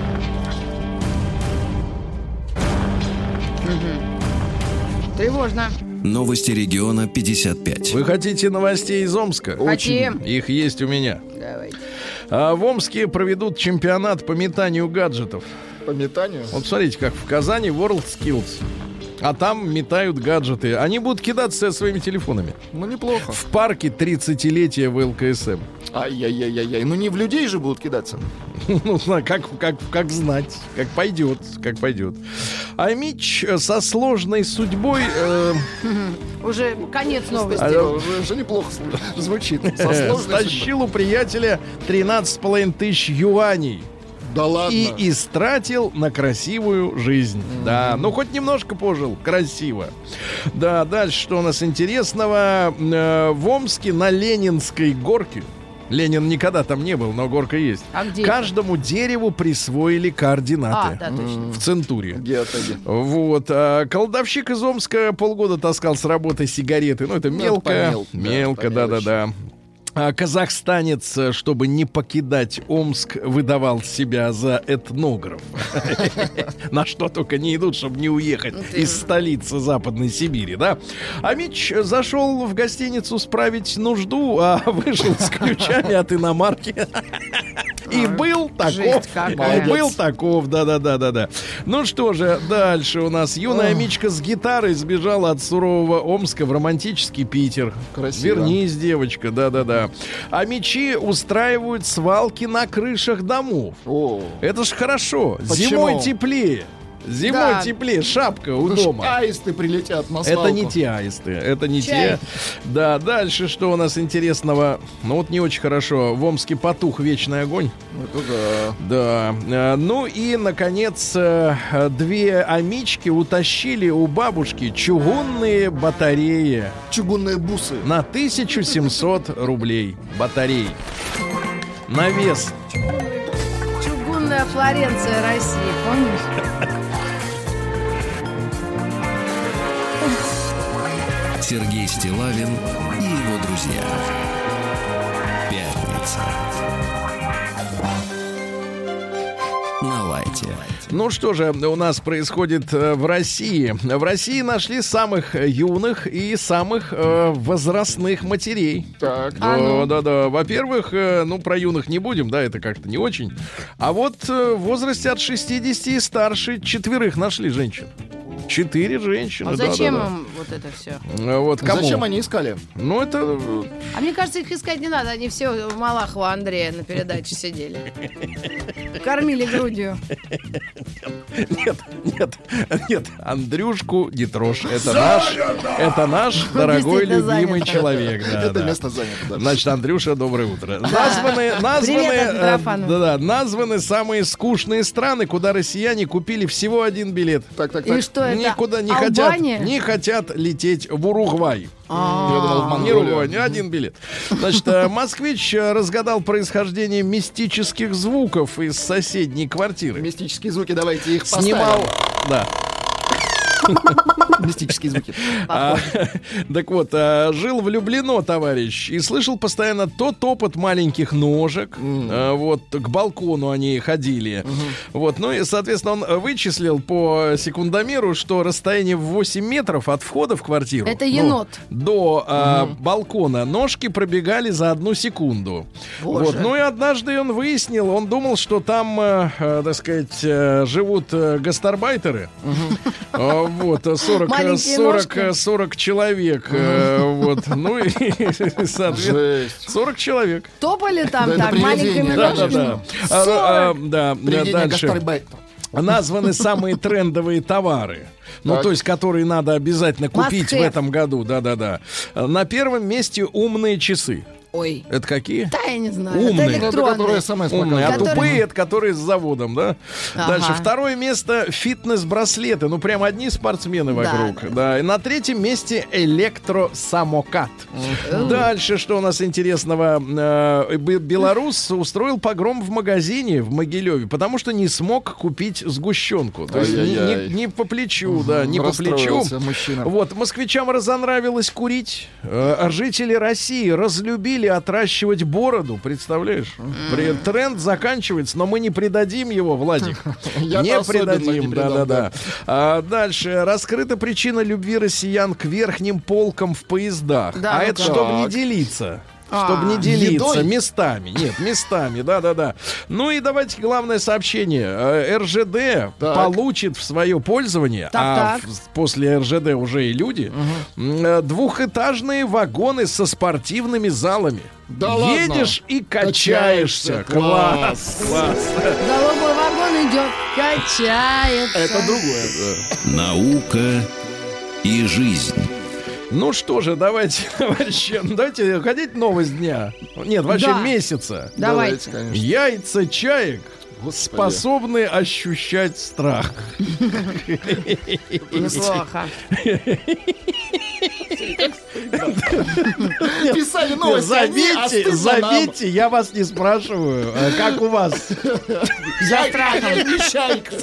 Тревожно. Новости региона 55. Вы хотите новостей из Омска? Хотим. Их есть у меня. Давайте. В Омске проведут чемпионат по метанию гаджетов. По метанию? Вот смотрите, как в Казани WorldSkills. А там метают гаджеты. Они будут кидаться своими телефонами. Ну, неплохо. В парке 30-летия ВЛКСМ. Ай-яй-яй-яй. Ну, не в людей же будут кидаться. Ну, как знать. Как пойдет. А Мич со сложной судьбой... Уже конец новости. Уже неплохо звучит. Стащил у приятеля 13,5 тысяч юаней. Да ладно. И истратил на красивую жизнь. Да, ну хоть немножко пожил. Красиво. Да, дальше что у нас интересного? В Омске на Ленинской горке. Ленин никогда там не был, но горка есть. А где каждому дереву присвоили координаты. Да, точно. В Центуре. Геотаги. Вот. Колдовщик из Омска полгода таскал с работы сигареты. Ну, это мелко. Мелко, да. Казахстанец, чтобы не покидать Омск, выдавал себя за этнографа. На что только не идут, чтобы не уехать из столицы Западной Сибири, да? А Мич зашел в гостиницу справить нужду, а вышел с ключами от иномарки. И был таков, да. Ну что же, дальше у нас юная Мичка с гитарой сбежала от сурового Омска в романтический Питер. Красиво. Вернись, девочка, да. да. А мечи устраивают свалки на крышах домов. Это ж хорошо. Почему? Зимой теплее. Зимой Да. теплее, шапка у Ну, ж дома. аисты прилетят на свалку. Это не те аисты, это не Чай. те. Да, дальше что у нас интересного? Ну вот не очень хорошо. В Омске потух вечный огонь. Это да. Да. Ну и, наконец, две амички утащили у бабушки чугунные батареи Чугунные бусы. на 1700 рублей. Батареи. На вес. Чугунная Флоренция России, помнишь? Сергей Стиллавин и его друзья. Пятница. На лайте. Ну что же у нас происходит в России? В России нашли самых юных и самых возрастных матерей. Так. Да. Во-первых, ну, про юных не будем, да, это как-то не очень. А вот в возрасте от 60 и старше 4 нашли женщин. 4 женщины. А зачем да. им вот это все? Вот кому? Зачем они искали? Ну, это... А мне кажется, их искать не надо. Они все у Малахова Андрея на передаче сидели. Кормили грудью. Нет, Андрюшку не трожь. Это наш дорогой, Действительно любимый занято. человек. Да, Это да. место занято. Да. Значит, Андрюша, доброе утро. Привет от Митрофанова. Названы самые скучные страны, куда россияне купили всего один билет. Так. И что это? Никуда Албания? не хотят лететь в Уругвай. Я думал, в Не Монголию. Уругвай, не один билет. Значит, москвич разгадал происхождение мистических звуков из соседней квартиры. Мистические звуки, давайте их Снимал, поставим. да. Мистические звуки. Так вот, жил влюблено товарищ и слышал постоянно то топот маленьких ножек, вот, к балкону они ходили. Вот, ну и, соответственно, он вычислил по секундомеру, что расстояние в 8 метров от входа в квартиру Это енот. до балкона ножки пробегали за 1 секунду. Боже. Вот, ну и однажды он выяснил, он думал, что там, так сказать, живут гастарбайтеры. Вот, 40 человек. Вот, ну и, соответственно, Жесть. 40 человек. Топали там Да, это так привидение, маленькими да, ножками. Да, Приведение дальше. гастарбайтера. Названы самые трендовые товары. Ну, Так. то есть, которые надо обязательно купить в Must have. этом году. Да. На первом месте умные часы. Ой, Это какие? да, я не знаю. Умные. Это Это которые электронные. СМС Умные, а показывают. Которые- тупые, это которые с заводом, да? Ага. Дальше, второе место фитнес-браслеты. Ну, прям одни спортсмены вокруг. Да. И на третьем месте электросамокат. Дальше, что у нас интересного? Белорус устроил погром в магазине в Могилеве, потому что не смог купить сгущенку. То есть Ай-яй-яй. не по плечу, да, не по плечу. Расстроился мужчина. Вот, москвичам разонравилось курить. Жители России разлюбили отращивать бороду, представляешь? Тренд заканчивается, но мы не предадим его, Владик. Я-то Не особенно предадим, не предам, да. Дальше. Раскрыта причина любви россиян к верхним полкам в поездах. Да, А ну-ка. это чтобы не Так. делиться. Чтобы не делиться Едой? местами. Нет, местами, да. Ну и давайте главное сообщение. РЖД Так. получит в свое пользование, Так. после РЖД уже и люди, двухэтажные вагоны со спортивными залами. Да ладно? Едешь и качаешься. Качаешься. Класс. Голубой вагон идет, качается. Это другое. Наука и жизнь. Ну что же, давайте, товарищи, давайте хотите новость дня? Нет, вообще Да. месяца. Давайте. конечно. Яйца чаек Господи. способны ощущать страх. Неплохо. Писали новости они, а стыдно Заметьте, я вас не спрашиваю, как у вас. За страхом. Чайка.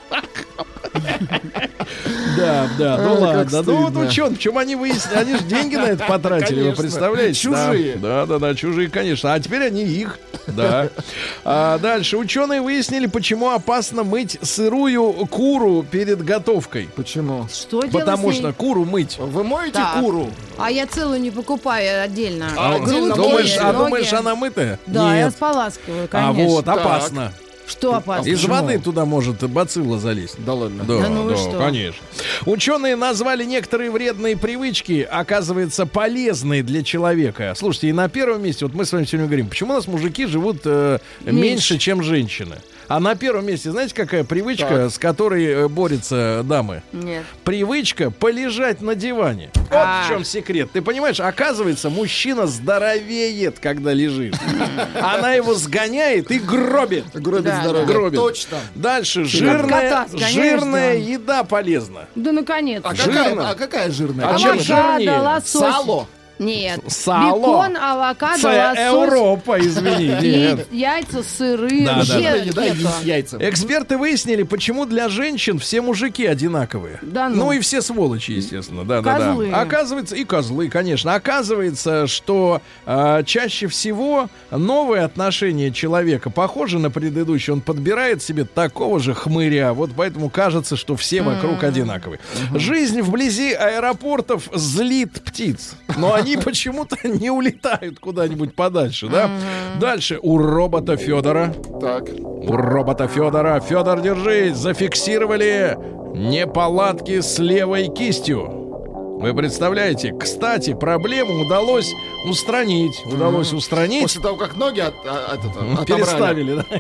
Да, ну Ой, ладно. как Ну вот стыдно. ученые, причем они выяснили, они же деньги на это потратили, вы Конечно. представляете? Чужие. Да, чужие, конечно. А теперь они их, да. Дальше. Ученые выяснили, почему опасно мыть сырую куру перед готовкой. Почему? Что делать Потому с ней? что куру мыть. Вы моете Так. куру? А я целую не покупаю отдельно. А отдельно Грудки, Думаешь, ноги. думаешь, она мытая? Да, я Нет. споласкиваю, А конечно. вот, Так. опасно. Что опасно? Из воды туда может бацилла залезть. Да ладно. Да, ну и что? конечно. Ученые назвали некоторые вредные привычки, оказывается, полезные для человека. Слушайте, и на первом месте, вот мы с вами сегодня говорим, почему у нас мужики живут меньше, чем женщины. А на первом месте, знаете, какая привычка, с которой борются дамы? Нет. Привычка полежать на диване. Вот в чем секрет. Ты понимаешь, оказывается, мужчина здоровеет, когда лежит. Она его сгоняет и гробит. Гробит Да, здоровье. Гробит. Точно. Дальше кота сгоняешь, жирная да. еда полезна. Да наконец. А Жирно. какая жирная? А чем Авокадо, жирнее? лосось. Сало. Нет. Сало. Бекон, авокадо, Це лосось. Европа, извини. Нет. Яйца, сыры. Да, вообще Жирная еда и кето. яйца. Эксперты выяснили, почему для женщин все мужики одинаковые. Да ну. Ну и все сволочи, естественно. Да, Козлы. да. Оказывается, и козлы, конечно. Оказывается, что чаще всего новое отношение человека похоже на предыдущее. Он подбирает себе такого же хмыря. Вот поэтому кажется, что все вокруг одинаковые. Жизнь вблизи аэропортов злит птиц. Но они почему-то не улетают куда-нибудь подальше, да? Дальше. У робота Федора. Так. У робота Федора. Федор, держись. Зафиксировали неполадки с левой кистью. Вы представляете? Кстати, проблему удалось устранить. После того, как ноги отобрали. Переставили, да?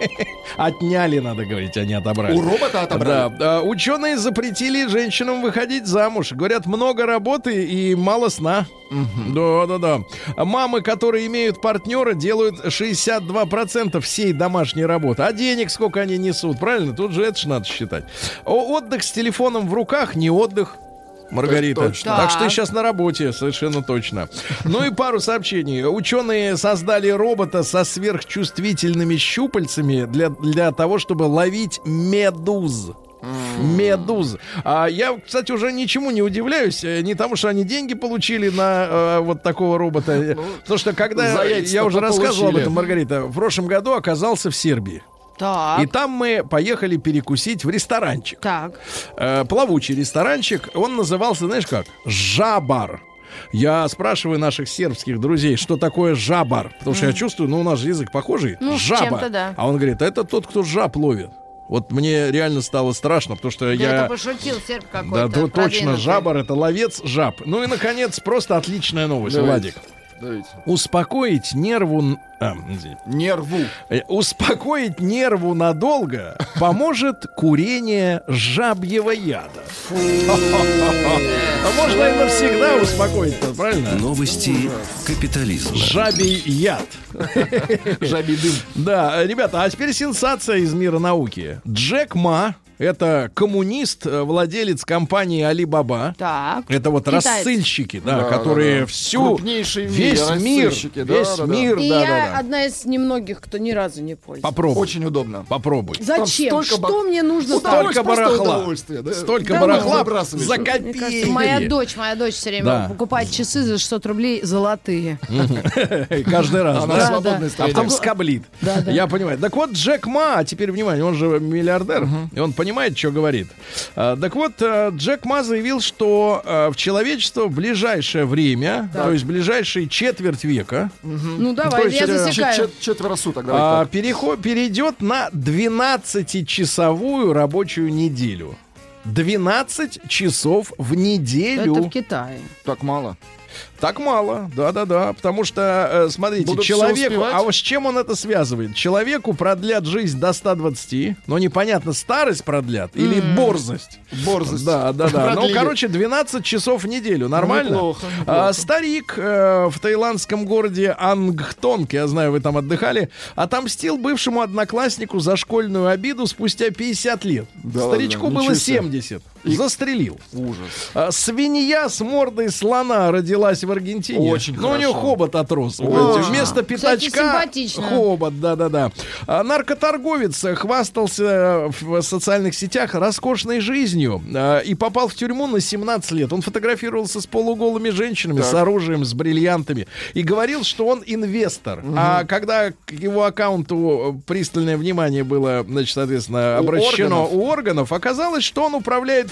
Отняли, надо говорить, а не отобрали. У робота отобрали. Да. Ученые запретили женщинам выходить замуж. Говорят, много работы и мало сна. Да. Мамы, которые имеют партнера, делают 62% всей домашней работы. А денег сколько они несут, правильно? Тут же это ж надо считать. Отдых с телефоном в руках не отдых. Маргарита. Точно. Так что ты сейчас на работе, совершенно точно. Ну и пару сообщений. Ученые создали робота со сверхчувствительными щупальцами для того, чтобы ловить медуз. Медуз. Я, кстати, уже ничему не удивляюсь. Не тому, что они деньги получили на вот такого робота. Потому что когда я уже рассказывал об этом, Маргарита, в прошлом году оказался в Сербии. Так. И там мы поехали перекусить в ресторанчик. Так. Плавучий ресторанчик. Он назывался, знаешь как? Жабар. Я спрашиваю наших сербских друзей, что такое жабар. Потому что я чувствую, у нас же язык похожий. Ну, жаба. чем-то да. А он говорит, это тот, кто жаб ловит. Вот мне реально стало страшно, потому что я... Это пошутил серб какой-то. Да, точно, продвинутый. жабар — это ловец жаб. Ну и, наконец, просто отличная новость, Давайте. Владик. Давайте. Успокоить нерву... Успокоить нерву надолго поможет курение жабьего яда. Можно и навсегда успокоить, правильно? Новости капитализма. Жабий яд. Жабий дым. Да, ребята, а теперь сенсация из мира науки. Джек Ма, это коммунист, владелец компании Alibaba. Так. Это вот Китайцы. рассыльщики, Да, которые да. всю Крупнейшие в весь мире мир, рассылщики, да, весь да, да. мир, И да, я да, да. одна из немногих, кто ни разу не пользуется. Попробуй. Очень удобно. Попробуй. Зачем? Там Что столько мне нужно Столько там? Просто барахла. удовольствие, да? Столько Да барахла выбрасываешь. за Мне копейки. кажется, моя дочь все время Да. покупает часы за 600 рублей золотые. Каждый раз, Она да? свободная А стоит. потом скоблит. Да, да. Я понимаю. Так вот, Джек Ма, а теперь внимание, он же миллиардер, и он понимает, что говорит. Так вот, Джек Ма заявил, что в человечество в ближайшее время, то есть в ближайшие четверть века, Ну То давай, есть я это засекаю. Четверо суток. Давай так. перейдет на 12-часовую рабочую неделю. 12 часов в неделю. Это в Китае. Так мало. Так мало, да-да-да, потому что, смотрите, Будут все человеку, успевать? а вот с чем он это связывает? Человеку продлят жизнь до 120, но непонятно, старость продлят или борзость. Борзость. Да. Ну, Продлили. короче, 12 часов в неделю, нормально? Неплохо. Старик в таиландском городе Ангтонг, я знаю, вы там отдыхали, отомстил бывшему однокласснику за школьную обиду спустя 50 лет. Да Старичку ладно, было ничего себе. 70. Застрелил. Ужас. Свинья с мордой слона родилась в Аргентине. Очень Но у нее хорошо. хобот отрос. Ой, Понимаете, да. вместо Кстати, пятачка симпатично. хобот, да-да-да. Наркоторговец хвастался в социальных сетях роскошной жизнью и попал в тюрьму на 17 лет. Он фотографировался с полуголыми женщинами, с оружием, с бриллиантами и говорил, что он инвестор. А когда к его аккаунту пристальное внимание было, значит, соответственно, обращено у органов, оказалось, что он управляет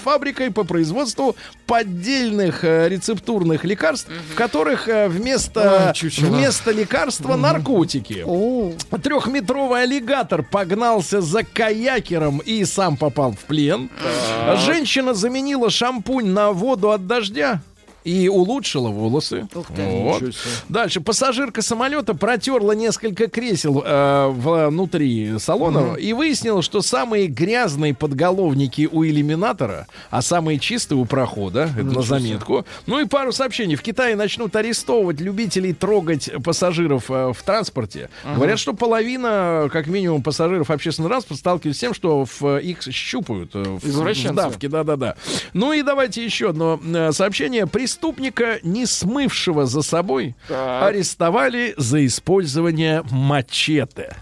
фабрикой по производству поддельных рецептурных лекарств, в которых вместо лекарства наркотики. 3-метровый аллигатор погнался за каякером и сам попал в плен. Женщина заменила шампунь на воду от дождя и улучшила волосы. Вот. Дальше. Пассажирка самолета протерла несколько кресел внутри салона и выяснила, что самые грязные подголовники у иллюминатора, а самые чистые у прохода. Это на заметку. Ну и пару сообщений. В Китае начнут арестовывать любителей трогать пассажиров в транспорте. Говорят, что половина, как минимум, пассажиров общественного транспорта сталкиваются с тем, что их щупают в давке. Да-да-да. Ну и давайте еще одно сообщение. Преступника, не смывшего за собой, арестовали за использование мачете.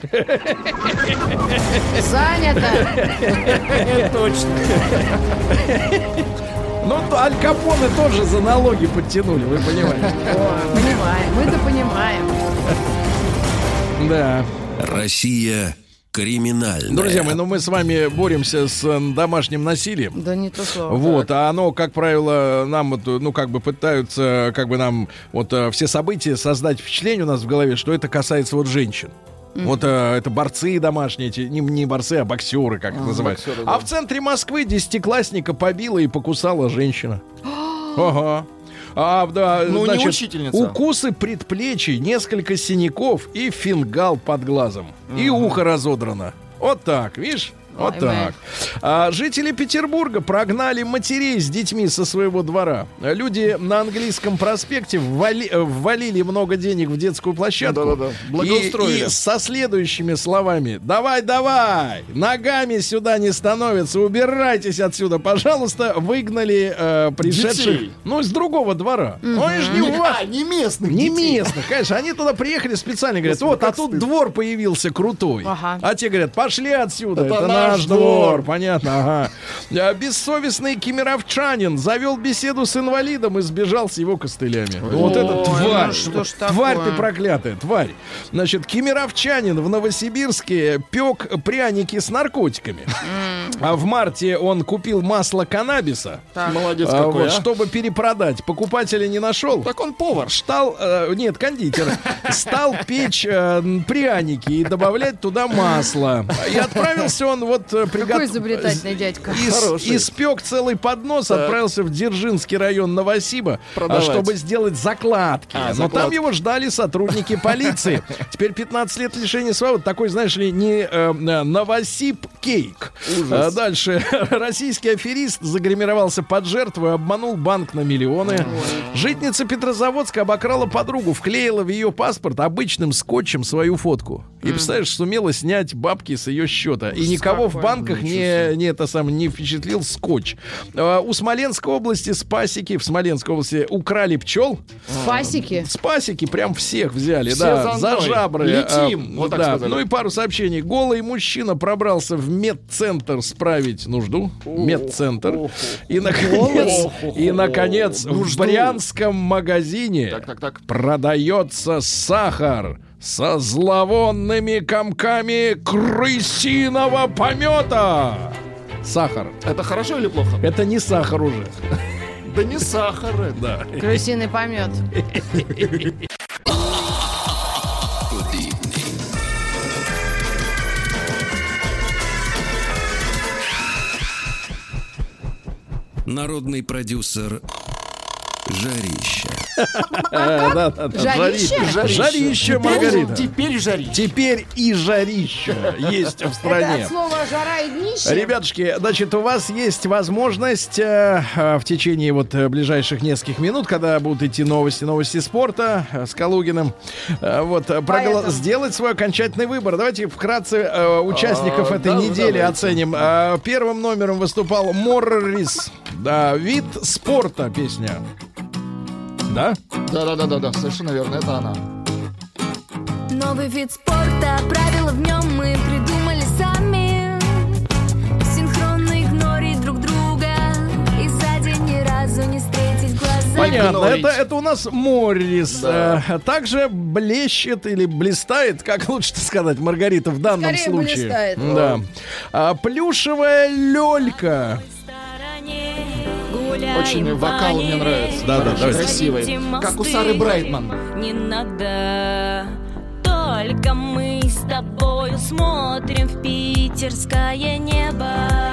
Занято. Точно. Ну, Аль Капоне тоже за налоги подтянули, вы понимаете. Понимаем, мы-то понимаем. Да. Россия криминальная. Друзья мои, мы с вами боремся с домашним насилием. Да не то слово. Вот, а оно, как правило, нам пытаются, нам все события создать впечатление у нас в голове, что это касается женщин. Вот это борцы домашние, не борцы, а боксеры, как их называют. Боксеры, да. А в центре Москвы 10-классника побила и покусала женщина. Ага. Не учительница. Укусы предплечий, несколько синяков и фингал под глазом. И ухо разодрано. Вот так, видишь? Вот так. Жители Петербурга прогнали матерей с детьми со своего двора. Люди на Английском проспекте ввалили много денег в детскую площадку. И со следующими словами: давай, ногами сюда не становятся, убирайтесь отсюда, пожалуйста. Выгнали пришедших, с другого двора. Не местных. Не местных, конечно. Они туда приехали специально, говорят: вот, а тут двор появился крутой. А те говорят: пошли отсюда, это наш двор. Понятно, ага. Бессовестный кемеровчанин завел беседу с инвалидом и сбежал с его костылями. Вот это тварь. Тварь ты проклятая, тварь. Значит, кемеровчанин в Новосибирске пек пряники с наркотиками. А в марте он купил масло каннабиса. Молодец какой, чтобы перепродать. Покупателя не нашел. Так он повар. Кондитер. Стал печь пряники и добавлять туда масло. И отправился он какой изобретательный дядька. Испек целый поднос, отправился в Дзержинский район Новосиба, чтобы сделать закладки. Но там его ждали сотрудники полиции. Теперь 15 лет лишения свободы. Такой, знаешь ли, не Новосиб кейк. Дальше. Российский аферист загримировался под жертву и обманул банк на миллионы. Житница Петрозаводска обокрала подругу, вклеила в ее паспорт обычным скотчем свою фотку. И, представляешь, сумела снять бабки с ее счета. И никого в банках не впечатлил скотч. У Смоленской области в Смоленской области украли пчел. Спасики прям всех взяли. Все за жабры. Летим, вот так сказали. Ну и пару сообщений. Голый мужчина пробрался в медцентр справить нужду. Медцентр. И, наконец, в брянском магазине продается сахар со зловонными комками крысиного помета. Сахар. Это хорошо или плохо? Это не сахар уже. Да не сахар это. Да. Крысиный помет. Народный продюсер Жарища. Жарища, Маргарита. Теперь и жарища есть в стране. Это от слова жара и днище. Ребятушки, значит, у вас есть возможность в течение ближайших нескольких минут, когда будут идти новости спорта с Калугиным, сделать свой окончательный выбор. Давайте вкратце участников этой недели оценим. Первым номером выступал Моррис. Да, вид спорта песня. Да? Да, совершенно верно, это она. Новый вид спорта, правила в нем мы придумали сами. Синхронно игнорить друг друга и за день ни разу не встретить глаза. Понятно, это у нас Моррис. Да. Также блещет или блистает, как лучше сказать, Маргарита, в данном случае. Блистает. Да. Плюшевая лёлька. Очень вокал мне нравится. Да, красивый. Как у Сары Брайтман. Не надо. Только мы с тобою смотрим в питерское небо.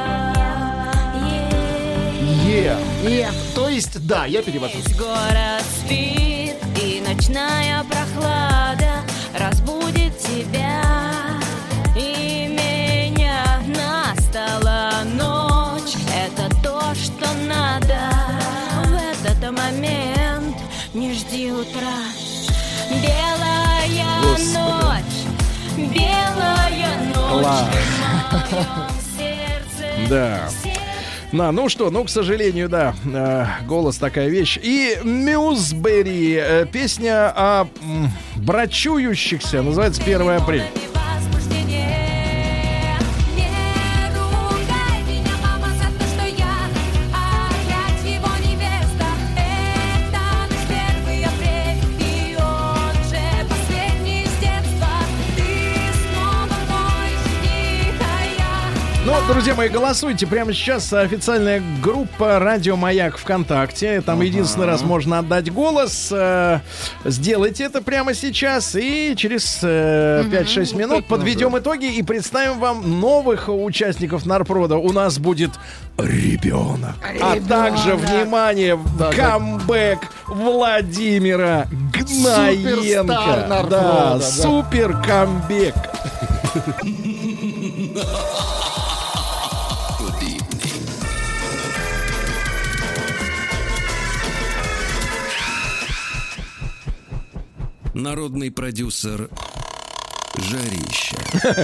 То есть, да, я перевожу. Весь город спит, и ночная прохлада разбудит тебя и меня. Настала ночь, это то, что надо. В этот момент не жди утра. Белая ночь, белая ночь в моем сердце. Да. Ну что, к сожалению, да, голос такая вещь. И Мюзбери, песня о брачующихся, называется «1 апреля». Ну, друзья мои, голосуйте. Прямо сейчас официальная группа «Радио Маяк» ВКонтакте. Там единственный раз можно отдать голос. Сделайте это прямо сейчас. И через 5-6 минут подведем итоги и представим вам новых участников Нарпрода. У нас будет ребенок. А также, внимание, камбэк Владимира Гнаенко. Да, супер камбэк. Народный продюсер Жарища.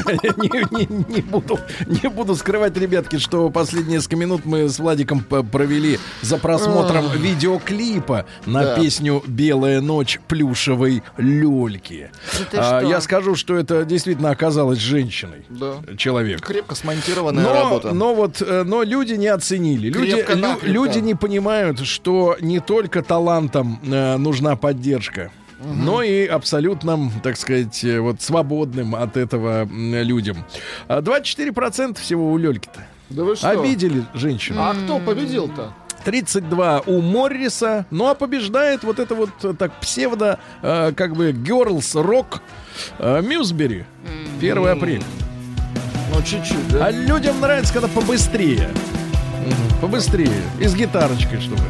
Не буду скрывать, ребятки, что последние несколько минут мы с Владиком провели за просмотром видеоклипа на песню «Белая ночь» плюшевой люльки. Я скажу, что это действительно оказалось женщиной. Человек. Крепко смонтированная работа. Но люди не оценили. Люди не понимают, что не только талантам нужна поддержка, но и абсолютным, так сказать, вот свободным от этого людям. 24% всего у Лёльки-то. Да вы что? Обидели женщину. А кто победил-то? 32 у Морриса. Ну а побеждает вот это вот так псевдо, как бы girls rock Мюзбери. 1 апреля. Ну чуть-чуть, да? А людям нравится, когда побыстрее. Побыстрее. И с гитарочкой, чтобы.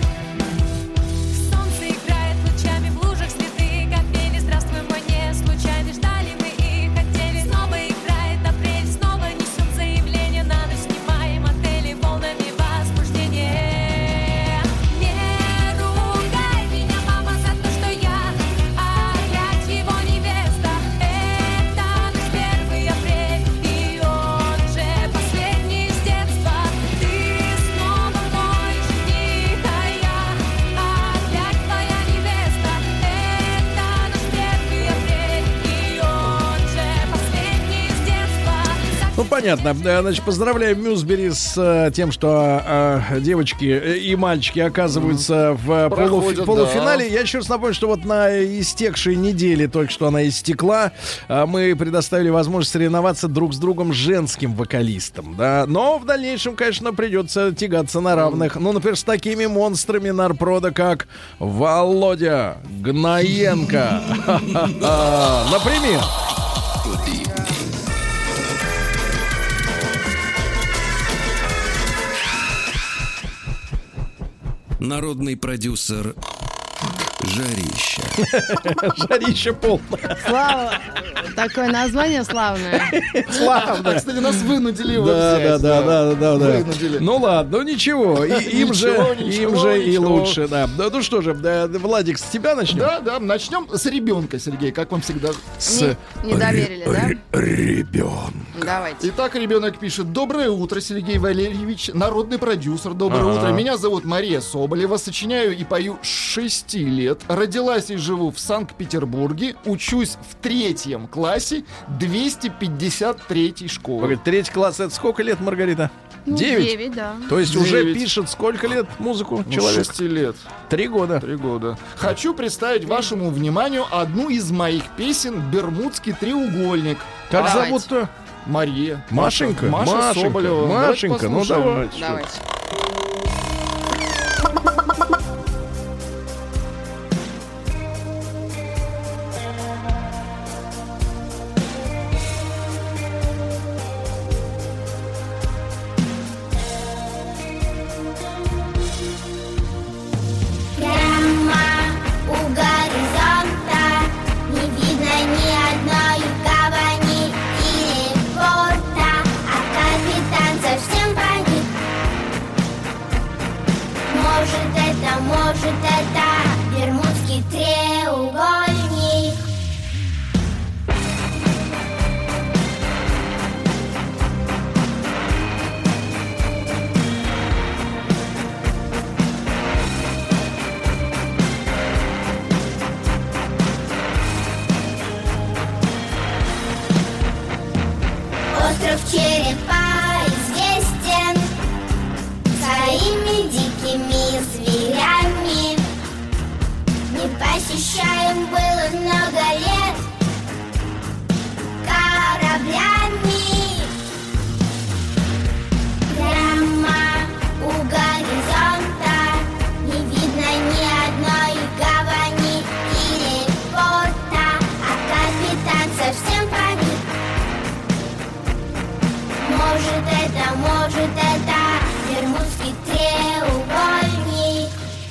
Понятно. Значит, поздравляем Мюзбери с тем, что девочки и мальчики оказываются в полуфинале. Я еще раз напомню, что вот на истекшей неделе, только что она истекла, мы предоставили возможность соревноваться друг с другом женским вокалистам. Да? Но в дальнейшем, конечно, придется тягаться на равных. Ну, например, с такими монстрами Нарпрода, как Володя Гнаенко. Например. Народный продюсер Жарища. Жарища полная. Слава. Такое название славное. Славное. Кстати, нас вынудили его взять. Да. Ну ладно, ну ничего. Им же и лучше. Да. Ну что же, Владик, с тебя начнем? Да, начнем с ребенка, Сергей, как вам всегда. Не доверили, да? Ребенка. Давайте. Итак, ребенок пишет: доброе утро, Сергей Валерьевич, народный продюсер. Доброе утро. Меня зовут Мария Соболева. Сочиняю и пою с 6 лет. Родилась и живу в Санкт-Петербурге. Учусь в 3 классе 253 школы. Погоди, 3 класс — это сколько лет, Маргарита? 9? 9, да. То есть 9. Уже пишет сколько лет музыку человек? 6 лет. 3 года. 3 года. Хочу представить вашему вниманию одну из моих песен «Бермудский треугольник». Как зовут-то? Мария. Машенька? Маша Соболева. Машенька, ну давайте. посещаем, было много лет кораблями. Прямо у горизонта не видно ни одной гавани или порта, а капитан совсем погиб. Может это Бермудский треугольник.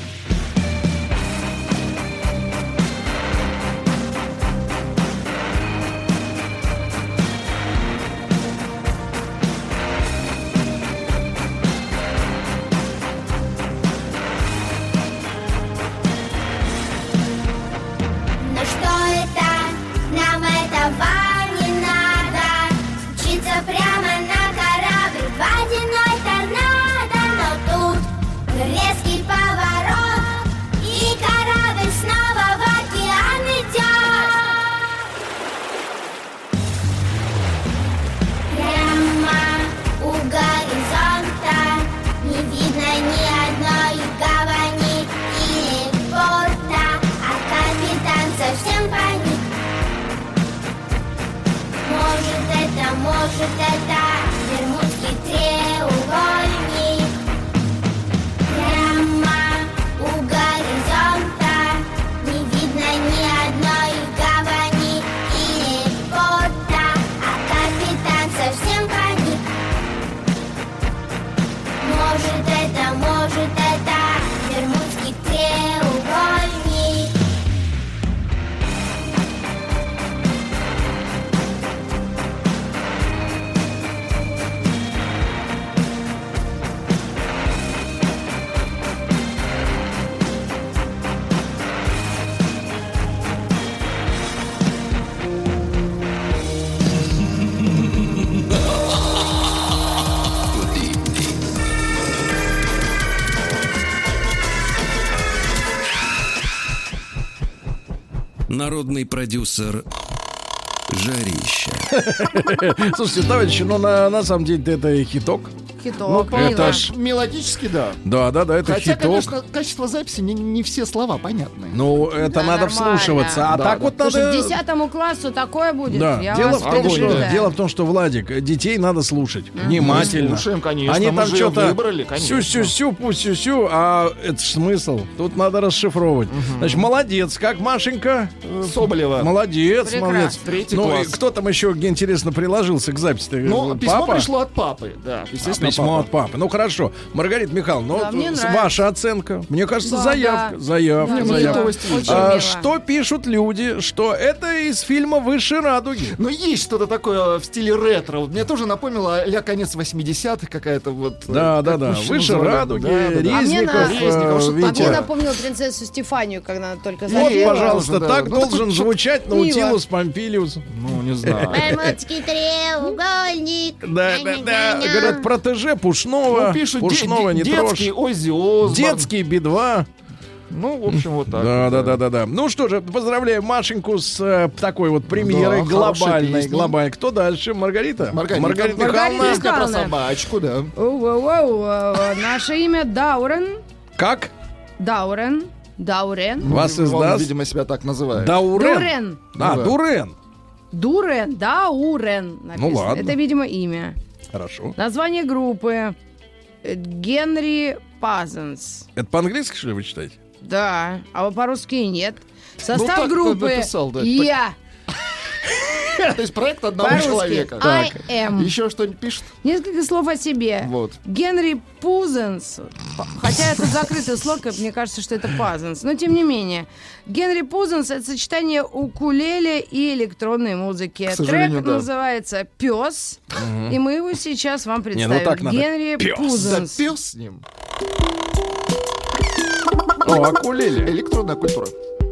Но что это? Нам этого не надо. Мчиться прямо на корабль водяной торнадо. Но тут резкий поворот, и корабль снова в океан идет. Прямо у горизонта не видно ни одной гавани или порта, а капитан совсем погиб. Может это Бермудский треугольник. Прямо у горизонта не видно ни одной гавани или порта, а капитан совсем погиб. Может это Бермудский треугольник. Народный продюсер Жарища. Слушайте, товарищи, ну на самом деле это хиток. Хиток. Ну, это ж... Мелодически, да. Да, это Хотя, хиток. конечно, качество записи не все слова понятны. Ну, это Да, надо нормально. вслушиваться. А Да, так да. вот Слушай, надо... к 10 классу такое будет. Да, Я дело вас предупреждаю. в том, что, Владик, детей надо слушать внимательно. Мы слушаем, конечно, Они мы там же что-то выбрали, конечно. сю-сю-сю, пусть сю-сю, а это ж смысл. Тут надо расшифровывать. Значит, молодец, как Машенька. Соболева. Молодец, Прекрасно. молодец. Третий Ну, класс. и кто там еще, где интересно, приложился к записи-то? Ну, письмо Папа? пришло от папы, да. Естественно, Письмо папа. от папы. Ну хорошо, Маргарита Михайловна, Да, мне нравится. ваша оценка. Мне кажется, Да, заявка. да. Заявка. Да, заявка. мило. Очень мило. Что пишут люди, что это из фильма «Выше радуги». Но есть что-то такое в стиле ретро. Вот мне тоже напомнило а-ля конец 80-х какая-то вот... Да. как мужчина «Выше за рулем. радуги», Да. А мне Резников, Резников, что-то А Витя. мне напомнил принцессу Стефанию, когда она только Вот, запела. пожалуйста, да. так Ну, должен такой звучать мило. Наутилус Помпилиус. Ну, не знаю. Бермудский треугольник. Да. Говорят, протеже Пушного. Ну, пишут Пушного не трожь. детский Оззи Осборн. Детский Би-2. Ну, в общем, вот так. Да. Ну что же, поздравляем Машеньку с такой вот премьерой Да, хорошей глобальной. песней. Кто дальше? Маргарита? Маргарита Михайловна. Песня про Михайловна. собачку, да. Наше имя Даурен. Как? Даурен. Вас Он, издаст? видимо, себя так называет. Даурен. Дурен. А, Ну да. Дурен. Дурен. Даурен. Написано. Ну ладно. Это, видимо, имя. Хорошо. Название группы. Генри Пазенс. Это по-английски, что ли, вы читаете? Да, а по-русски нет. Состав так группы написал, да. Я. То есть проект одного По-русски. человека. I am. Еще что-нибудь пишет? Несколько слов о себе. Вот. Генри Пузенс. Хотя это закрытый слог, и мне кажется, что это Пазенс. Но тем не менее. Генри Пузенс — это сочетание укулеле и электронной музыки. К сожалению, Трек да. называется «Пес». И мы его сейчас вам Не, представим. ну так надо. Генри Да Пузенс. пес с ним. О, акулеле. Электронная культура.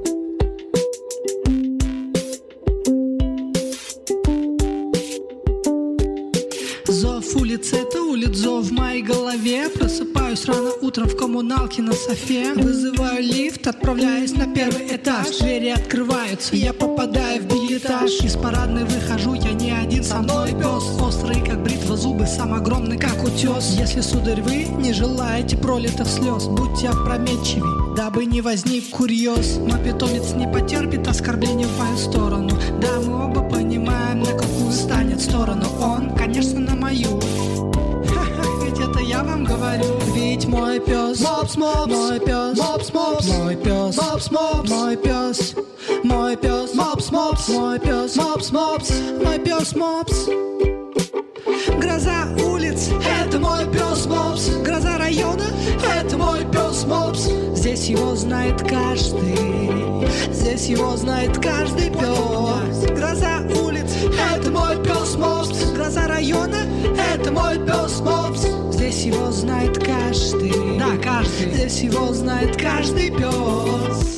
Зов улицы — это улиц, зов в моей голове. Просыпаюсь рано утром в коммуналке на софе. Вызываю лифт, отправляюсь на первый этаж. Двери открываются, я попадаю в бельэтаж. Из парадной выхожу, я не один, со мной пес. Острый, как бритва которого зубы сам огромный, как утес. Если, сударь, вы не желаете пролитых слез, будьте опрометчивей, дабы не возник курьез. Мой питомец не потерпит оскорблений в мою сторону. Да, мы оба понимаем, на какую станет сторону. Он, конечно, на мою. Ведь это я вам говорю. Ведь мой пес, мопс, мопс, мой пес, мопс, мопс, мой пес, мопс, мопс, мой пес, мой пес, мопс, мопс, мой пес, мопс, мопс, мой пес, мопс. Гроза улиц, это мой пес Мопс. Гроза района, это мой пес Мопс. Здесь его знает каждый, здесь его знает каждый пес. Гроза улиц, это мой пес Мопс. Гроза района, это мой пес Мопс. Здесь его знает каждый, да, каждый. Здесь его знает каждый пес.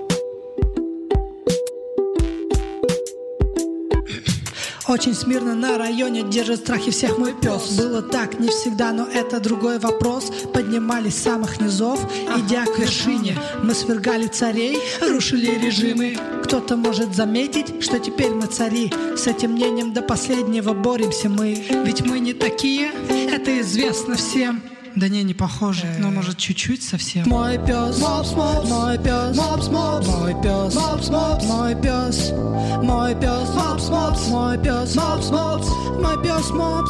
Очень смирно на районе держит страхи всех мой пес. Было так не всегда, но это другой вопрос. Поднимались с самых низов, идя к вершине. Мы свергали царей, рушили режимы. Кто-то может заметить, что теперь мы цари. С этим мнением до последнего боремся мы. Ведь мы не такие, это известно всем. Да не похоже, но может чуть-чуть совсем. Мой пес, мопс, мопс, мой пес, мопс, мопс, мой пес, мопс, мопс, мой пес, мой пес, мопс, мопс, мой пес, мопс, мопс, мой пес, мопс.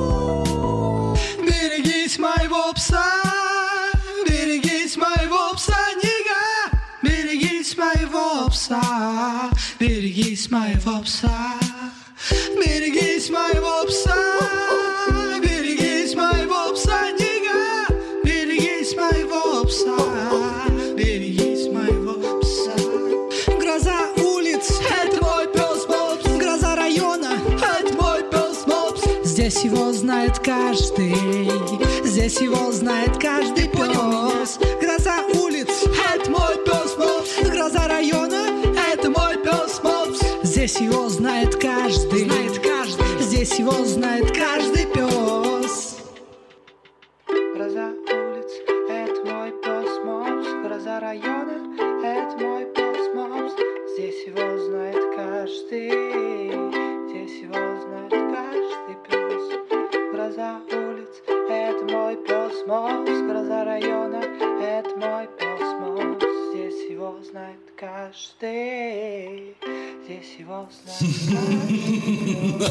Берегись моего пса, берегись моего пса, нига, берегись моего пса, берегись моего пса, берегись моего пса, берегись моего пса, нига. Берегись моего пса, берегись моего пса. Гроза улиц, это мой пес Мопс. Гроза района, это мой пес Мопс. Здесь его знает каждый, здесь его знает каждый пес. Гроза улиц, это мой пес Мопс. Гроза района, это мой пес Мопс. Здесь его знает каждый, здесь его знает каждый пес. Гроза улиц, это мой пес Мопс. Гроза района, это мой пес Мопс. Здесь его знает каждый, здесь его знает каждый пес. Гроза улиц, это мой пес Мопс. Гроза района, это мой пес Мопс. Здесь его знает каждый, здесь его знает каждый.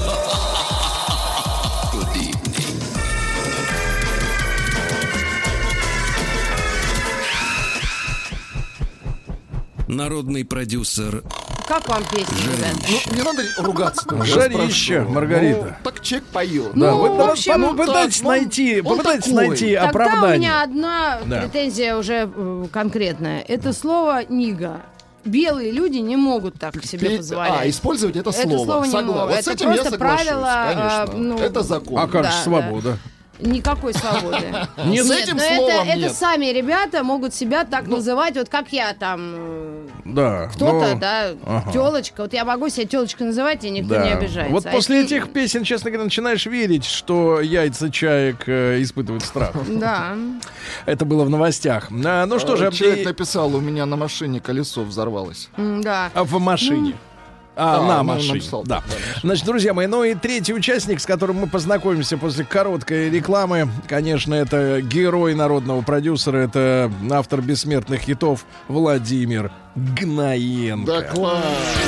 Народный продюсер. Как вам песня, ребят? Ну, не надо ругаться. Жарище, Маргарита. Ну, так человек поет. Да, Ну, вы в общем, попытайтесь найти, попытайтесь такой. найти Тогда у оправдание. меня одна Да. претензия уже конкретная. Это слово «нига». Белые люди не могут так себе позволять. Использовать это Это слово. слово не Согласен. могут. Вот Это с этим я просто соглашусь, правило, конечно. Это закон. А как же Да, свобода? Никакой свободы. Нет, с этим но словом это нет. сами ребята могут себя так называть, вот как я там, Да. кто-то, ну, да, ага. телочка. Вот я могу себя телочкой называть, и никто Да. не обижается. Вот А после если- этих песен, честно говоря, начинаешь верить, что яйца чаек испытывают страх. Да. Это было в новостях. Ну что же, Человек написал, у меня на машине колесо взорвалось. Да. в машине. На ну, машине. написал, Да. да. Значит, друзья мои, ну и третий участник, с которым мы познакомимся после короткой рекламы, конечно, это герой народного продюсера, это автор бессмертных хитов Владимир Гнаенко. Да класс.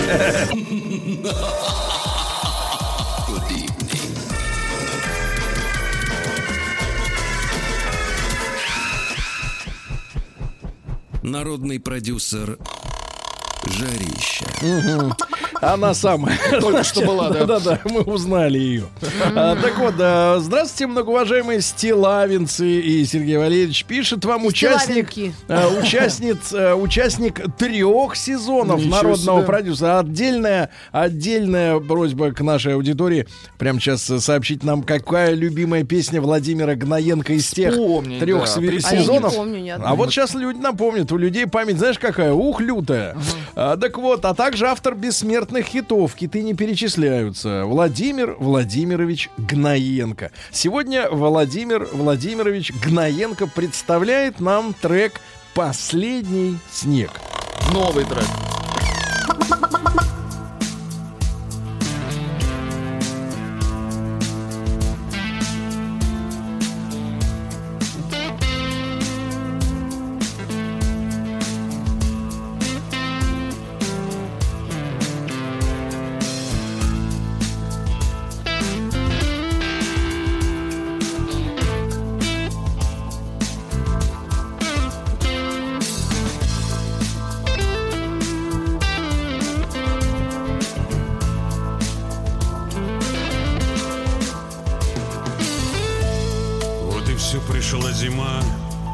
Народный продюсер Жарища. Она самая. Только что была, да. Да-да, мы узнали ее. Так вот, здравствуйте, многоуважаемые стилавинцы. И Сергей Валерьевич пишет вам участник 3 сезонов Ничего народного себе. продюсера. Отдельная просьба к нашей аудитории. Прямо сейчас сообщить нам, какая любимая песня Владимира Гнаенко из тех Вспомнить, 3 да, сезонов. А я не помню ни одной. А вот сейчас люди напомнят. У людей память, знаешь, какая? Лютая. Так вот, а также автор бессмертных хитов. Хиты не перечисляются. Владимир Владимирович Гнаенко. Сегодня Владимир Владимирович Гнаенко представляет нам трек «Последний снег». Новый трек. зима.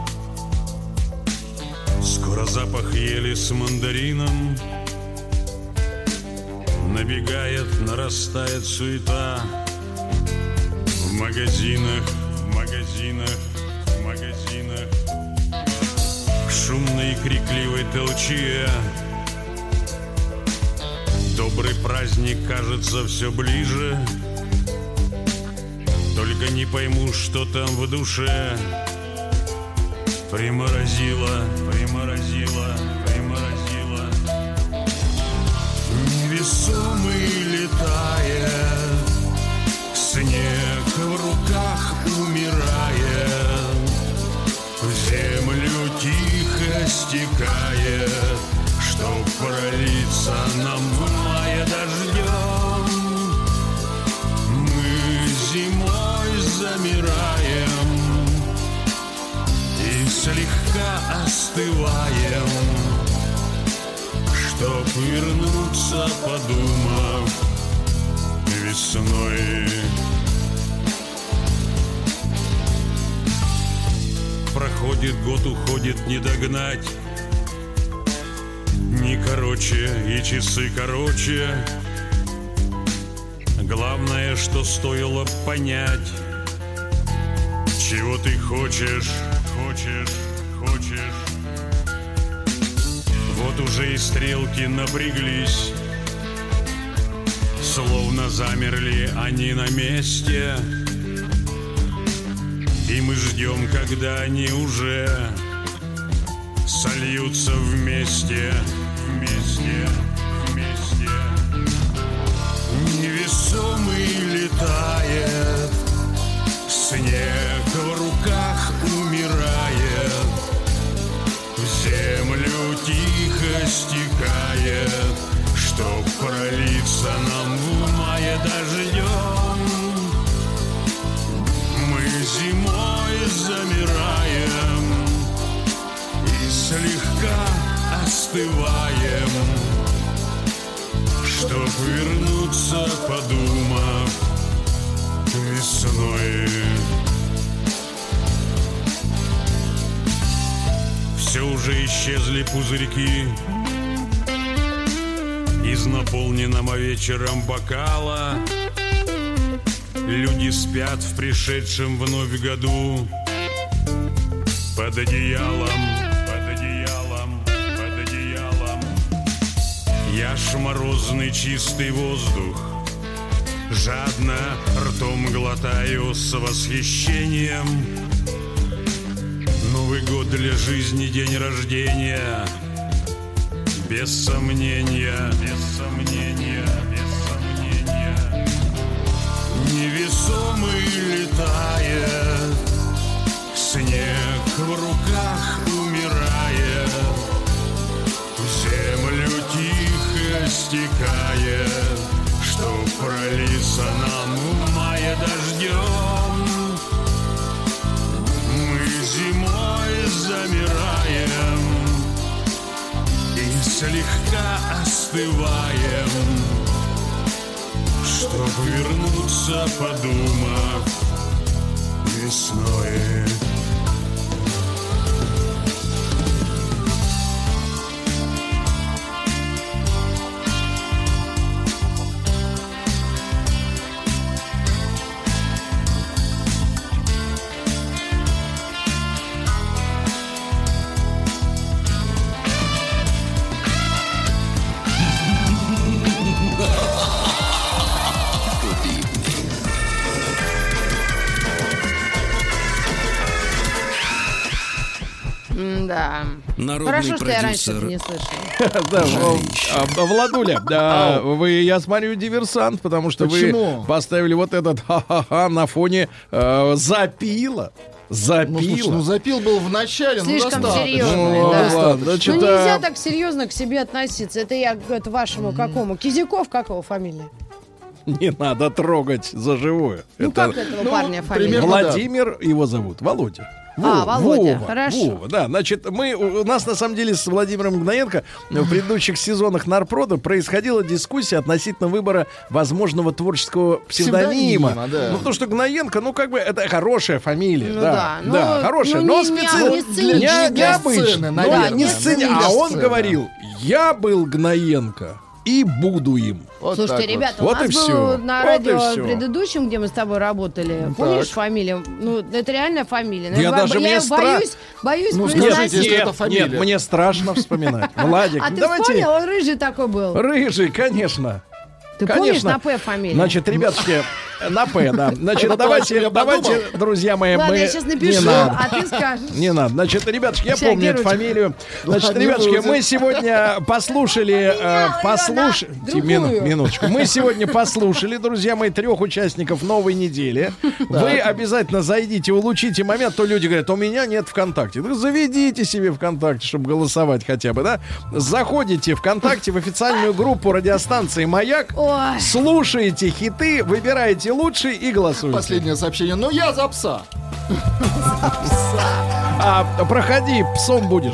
Скоро запах ели с мандарином. Набегает, нарастает суета. В магазинах, в магазинах, в магазинах. В шумной и крикливой толчье. Добрый праздник кажется все ближе. Только не пойму, что там в душе. Приморозило, приморозило, приморозило. Невесомый летает, снег в руках умирает, в землю тихо стекает, чтоб пролиться нам в мае дождем. Мы зимой замираем и слегка остываем, чтоб вернуться, подумав, весной. Проходит год, уходит, не догнать. Не короче, и часы короче. Главное, что стоило понять, чего ты хочешь, хочешь, хочешь. Вот уже и стрелки напряглись, словно замерли они на месте. И мы ждем, когда они уже сольются вместе, вместе, вместе. Невесомый летает, снег в руках умирает, в землю тихо стекает, чтоб пролиться нам в мае дождем. Мы зимой замираем и слегка остываем, чтоб вернуться, подумав, весной. Все уже исчезли пузырьки из наполненного вечером бокала. Люди спят в пришедшем вновь году. Под одеялом, под одеялом, под одеялом. Я ж морозный чистый воздух жадно ртом глотаю с восхищением. Новый год для жизни, день рождения. Без сомнения, без сомнения, без сомнения. Невесомый летает, снег в руках умирает, в землю тихо стекает, чтоб пролиться нам в мае дождем. Мы зимой замираем и слегка остываем, чтоб вернуться, подумав, весной. Да. Народный Хорошо, что я раньше продюсер. это не слышала. Да, Владуля, да, вы, я смотрю, диверсант, потому что Почему? вы поставили вот этот ха-ха-ха на фоне запила. Ну, слушай, ну запил был в начале, Слишком достаточно. серьезно, Ну, да. ладно, Ну значит, нельзя так серьезно к себе относиться. Это я к вашему какому? Кизяков, как его фамилия? не надо трогать за живое. Ну как этого парня фамилия? примерно. Владимир, его зовут, Володя. Володя, хорошо. Вова, да, значит, у нас на самом деле с Владимиром Гноенко в предыдущих сезонах Нарпрода происходила дискуссия относительно выбора возможного творческого псевдонима. Да. Ну, то, что Гноенко, ну, как бы, это хорошая фамилия. Ну да, да, да, хорошая, но не необычная. наверное. Не сцене. А он говорил, я был Гноенко и буду им. Вот Слушайте, так ребята, вот. у нас Вот и всё. был на Вот и радио всё. предыдущем, где мы с тобой работали, помнишь фамилию? Ну, это реальная фамилия. Я даже мне боюсь Ну, произносить. скажите, если это фамилия. Нет, мне страшно вспоминать. Владик, А ты давайте... вспомнил? Он рыжий такой был. Рыжий, конечно. Ты помнишь Конечно. на П фамилию? Значит, ребятки, на П, да. Значит, давайте, друзья мои, Ладно, мы... я сейчас напишу, Не надо. а ты скажешь. Не надо. Значит, ребятушки, я Ща, помню эту Герочка. фамилию. Значит, Ладно, ребятушки, Володя. мы сегодня послушали... другую. Минуточку. Мы сегодня послушали, друзья мои, 3 участников новой недели. Вы обязательно зайдите, улучшите момент. То люди говорят, у меня нет ВКонтакте. Так заведите себе ВКонтакте, чтобы голосовать хотя бы, да? Заходите ВКонтакте в официальную группу радиостанции «Маяк». Ой. Слушаете хиты, выбираете лучший и голосуете. Последнее сообщение. Ну, я за пса. Проходи, псом будешь.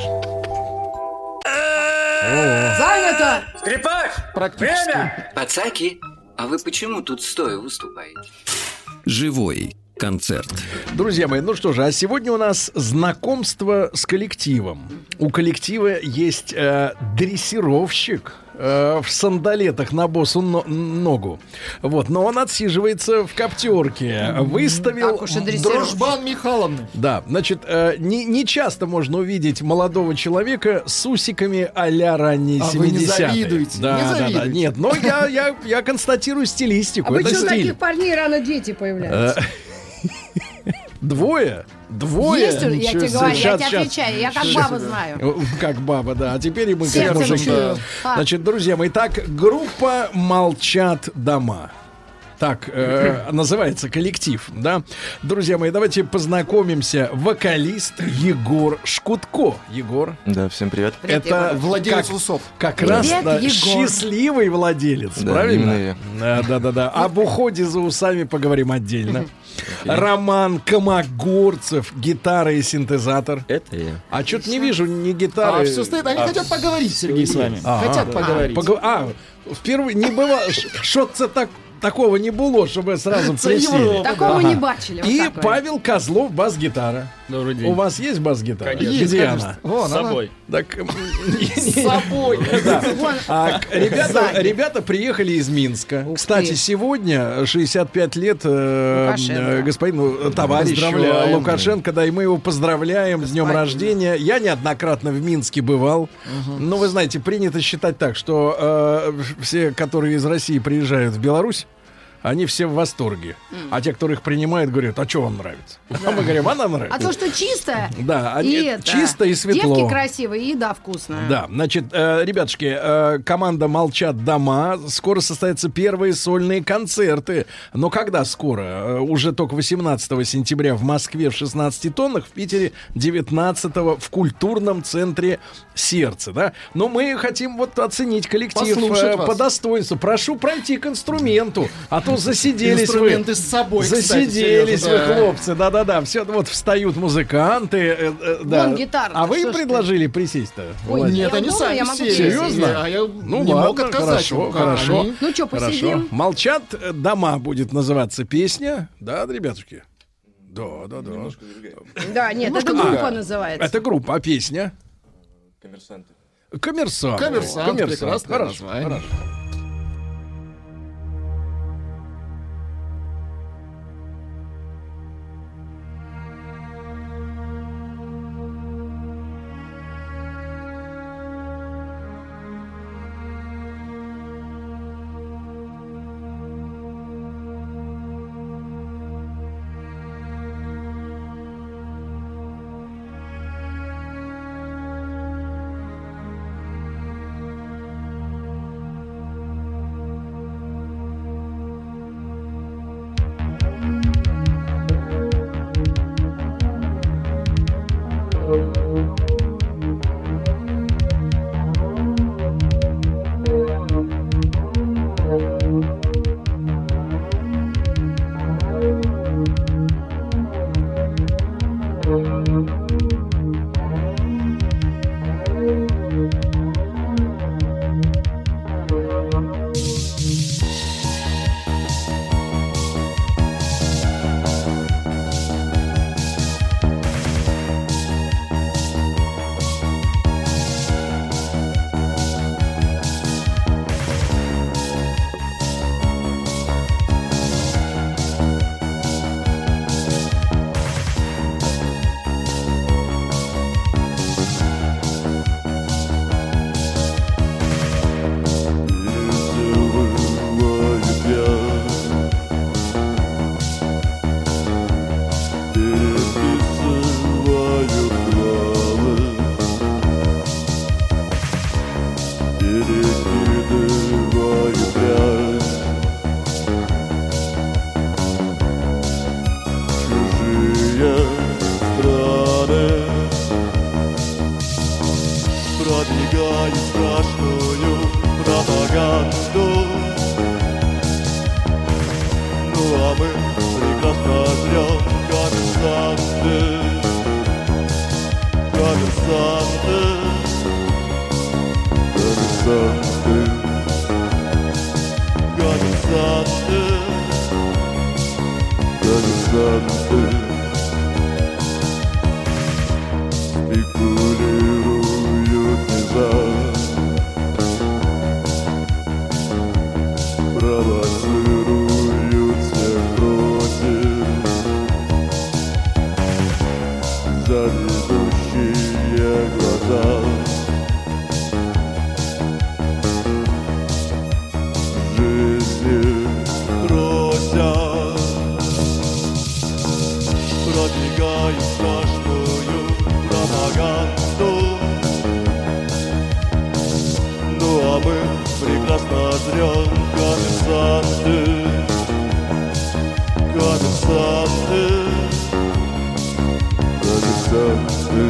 Занято! Скрипач! Практически. Время! Пацаки, а вы почему тут стоя выступаете? Живой концерт. Друзья мои, ну что же, а сегодня у нас знакомство с коллективом. У коллектива есть дрессировщик в сандалетах на босу ногу. Вот, но он отсиживается в коптерке. Выставил... Так уж и дрессировщик. Дружбан Михайловны. Да, значит, не часто можно увидеть молодого человека с усиками а-ля ранние А вы 70-е. не завидуете, Да, не да, да. завидуете. Нет, но я констатирую стилистику. А вы Это что, стиль. таких парней рано дети появляются? Двое? Есть, я Ничего тебе себе. говорю, я Щас, тебе щас. отвечаю, я как баба знаю. Как баба, да. А теперь и мы как Сердцем можем. чую. А. Значит, друзья мои, так, группа «Молчат дома». Так называется коллектив, да? Друзья мои, давайте познакомимся. Вокалист Егор Шкутко. Егор. Да, всем привет. Привет, Это Егор. Владелец усов. как Привет, раз да, Егор. счастливый владелец, Да, правильно? именно я. Да. Об уходе за усами поговорим отдельно. Роман Комогорцев, гитара и синтезатор. Это я. А что-то не вижу ни гитары. А все стоит, они хотят поговорить, Сергей, с вами. Хотят поговорить. Впервые не было, что-то такого не было, чтобы сразу Це присели. Европа. Такого не бачили. вот И такое. Павел Козлов, бас-гитара. Добрый У вас есть бас-гитара? Есть, Где конечно. она? Вон она. Так, С собой. Вон, ребята приехали из Минска. Ух Кстати, ты. сегодня 65 лет Лукашенко. господину товарищу Поздравляем. Лукашенко, да, и мы его поздравляем с днем Господин. рождения. Я неоднократно в Минске бывал. Но вы знаете, принято считать так, что все, которые из России приезжают в Беларусь, они все в восторге. А те, которые их принимают, говорят, а что вам нравится? А мы говорим, а нам нравится. А то, что чисто, Да, и они это, чисто и светло. девки красивые, и еда вкусная. Да, значит, ребятушки, команда «Молчат дома». Скоро состоятся первые сольные концерты. Но когда скоро? Уже только 18 сентября в Москве в 16 тоннах, в Питере 19 в культурном центре «Сердце». Да? Но мы хотим вот оценить коллектив Послушать вас. по достоинству. Прошу пройти к инструменту, а то засиделись вы. Инструменты с собой, кстати, Засиделись Сережа, вы, да. хлопцы, да-да-да. Все, вот встают музыканты. Да. Вон гитара-то, А вы что им ж ты? предложили присесть-то? Ой, Владик? Нет, Я они удобно, сами я могу сели. присесть. Серьезно? А я Ну не мог ладно, отказать. хорошо, им. хорошо. Они- Ну что, Хорошо. посидим? «Молчат дома» будет называться песня. Да, ребятушки? Да. Да, нет, это Немножко группа другая. называется. Это группа, а песня? Коммерсанты. Коммерсант. Коммерсант, прекрасное Хорошо, название. хорошо. перекидываю прядь. Чужие страны продвигают страшную пропаганду. Ну а мы прекрасно ждем коммерсанты, коммерсанты, коммерсанты, коммерсанты, коммерсанты. Спекулируют нельзя, провоцируют всех против, заведущие глаза. Жизни просят, продвигают страшную пропаганду. Ну а мы прекрасно жрем коммерсанты, коммерсанты, коммерсанты,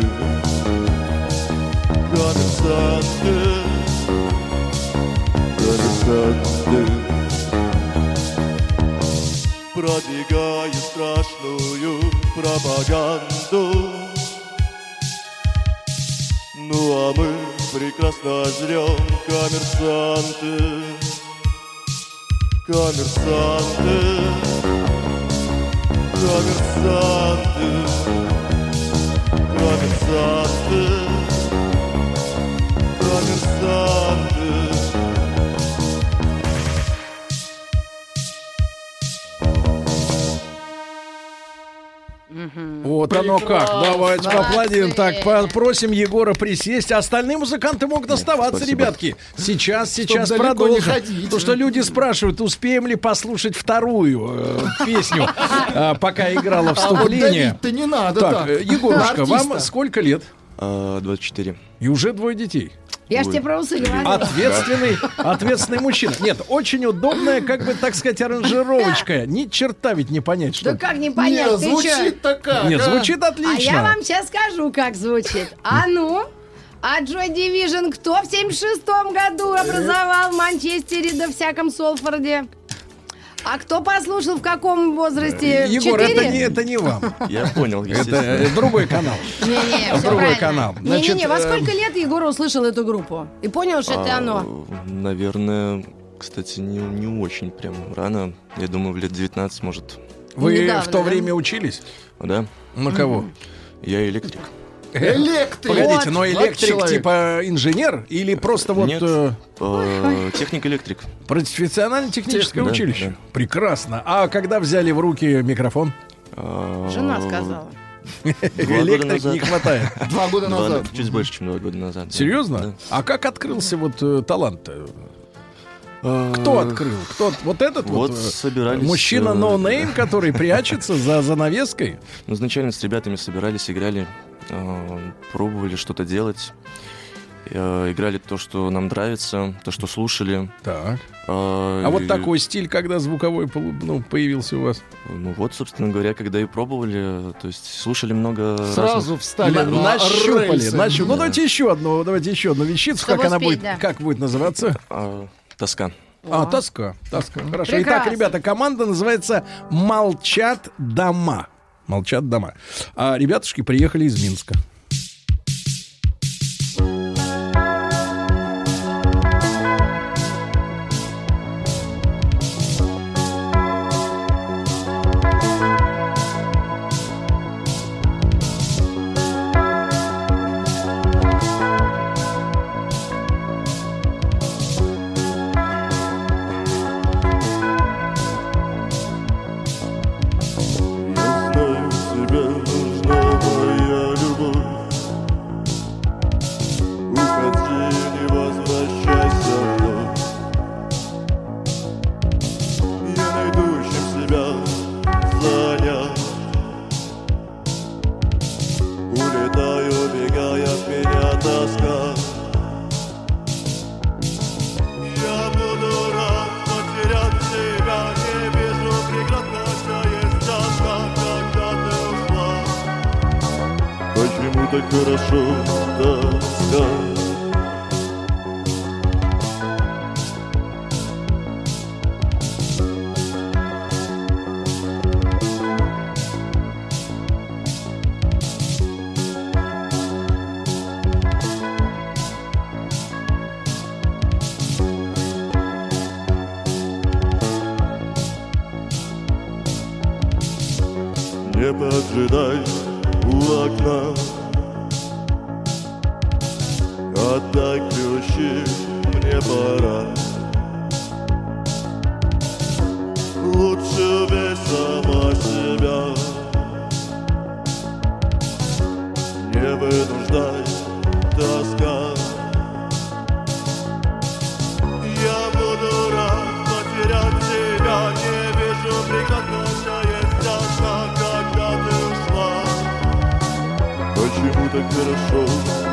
коммерсанты, коммерсанты. Продвигают страшную пропаганду. Ну а мы прекрасно жрем коммерсанты, коммерсанты, коммерсанты, коммерсанты, коммерсанты. Вот оно как. Давайте поаплодируем. Так, попросим Егора присесть. А остальные музыканты могут оставаться, спасибо. ребятки. Сейчас далеко продолжим. не ходить. Потому что люди спрашивают, успеем ли послушать вторую песню, пока играла А вот вступление. давить-то не надо Так, так. Егорушка, На вам артиста. сколько лет? 24. И уже 2 детей. Я ж тебе про усы говорю. Ответственный мужчина. Нет, очень удобная, как бы, так сказать, аранжировочка. Ни черта ведь не понять, что... Да как не понять, Не, ты чё? звучит-то как, Нет, а? звучит А отлично. я вам сейчас скажу, как звучит. А ну, а Joy Division кто в 76-м году образовал в Манчестере да всяком Солфорде? А кто послушал в каком возрасте? Егор, 4? это не вам. Я понял, естественно. Это другой канал. Не-не, все Другой правильно. канал. Не-не-не, Значит, во сколько лет Егор услышал эту группу? И понял, что это оно? Наверное, кстати, не очень прям рано. Я думаю, в лет 19, может. Вы Недавно, в то да? время учились? Да? На кого? Я электрик. Электрик. Погодите, но Вот электрик человек. типа инженер или просто вот Нет, техник-электрик. профессионально-техническое Да, училище? да. Прекрасно. А когда взяли в руки микрофон? Жена сказала. 2 года Электрик назад. не хватает. 2 года назад. Чуть больше, чем 2 года назад. да. Серьезно? Да. А как открылся вот талант-то? Кто открыл? Кто? Вот этот вот, Вот собирались, мужчина ноунейм, который прячется за занавеской? Ну, изначально с ребятами собирались, играли, пробовали что-то делать. Играли то, что нам нравится, то, что слушали. Так. А вот такой стиль, когда звуковой появился у вас? Ну вот, собственно говоря, когда и пробовали, то есть слушали много Сразу встали на Нащупали. рельсы. Ну, давайте еще одну вещицу. Чтобы Как она успеть, будет, да. как будет называться? тоска. Тоска. Хорошо. Прекрасно. Итак, ребята, команда называется «Молчат дома». «Молчат дома». А ребятушки приехали из Минска. Я знаю, тебе нужна моя любовь. так хорошо тоска. Не поджидай у окна, отдай ключи, мне пора. Лучше убей сама себя, не вынуждай тоска. Я буду рад потерять тебя, не вижу прекрасного, есть одна, когда ты ушла. Почему так хорошо?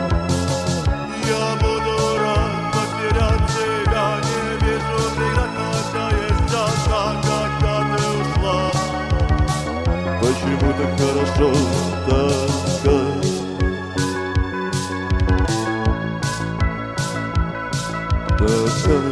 Я буду рад потерять тебя, не вижу прекрасного, есть одна, когда ты ушла. Почему так хорошо тоска? Тоска.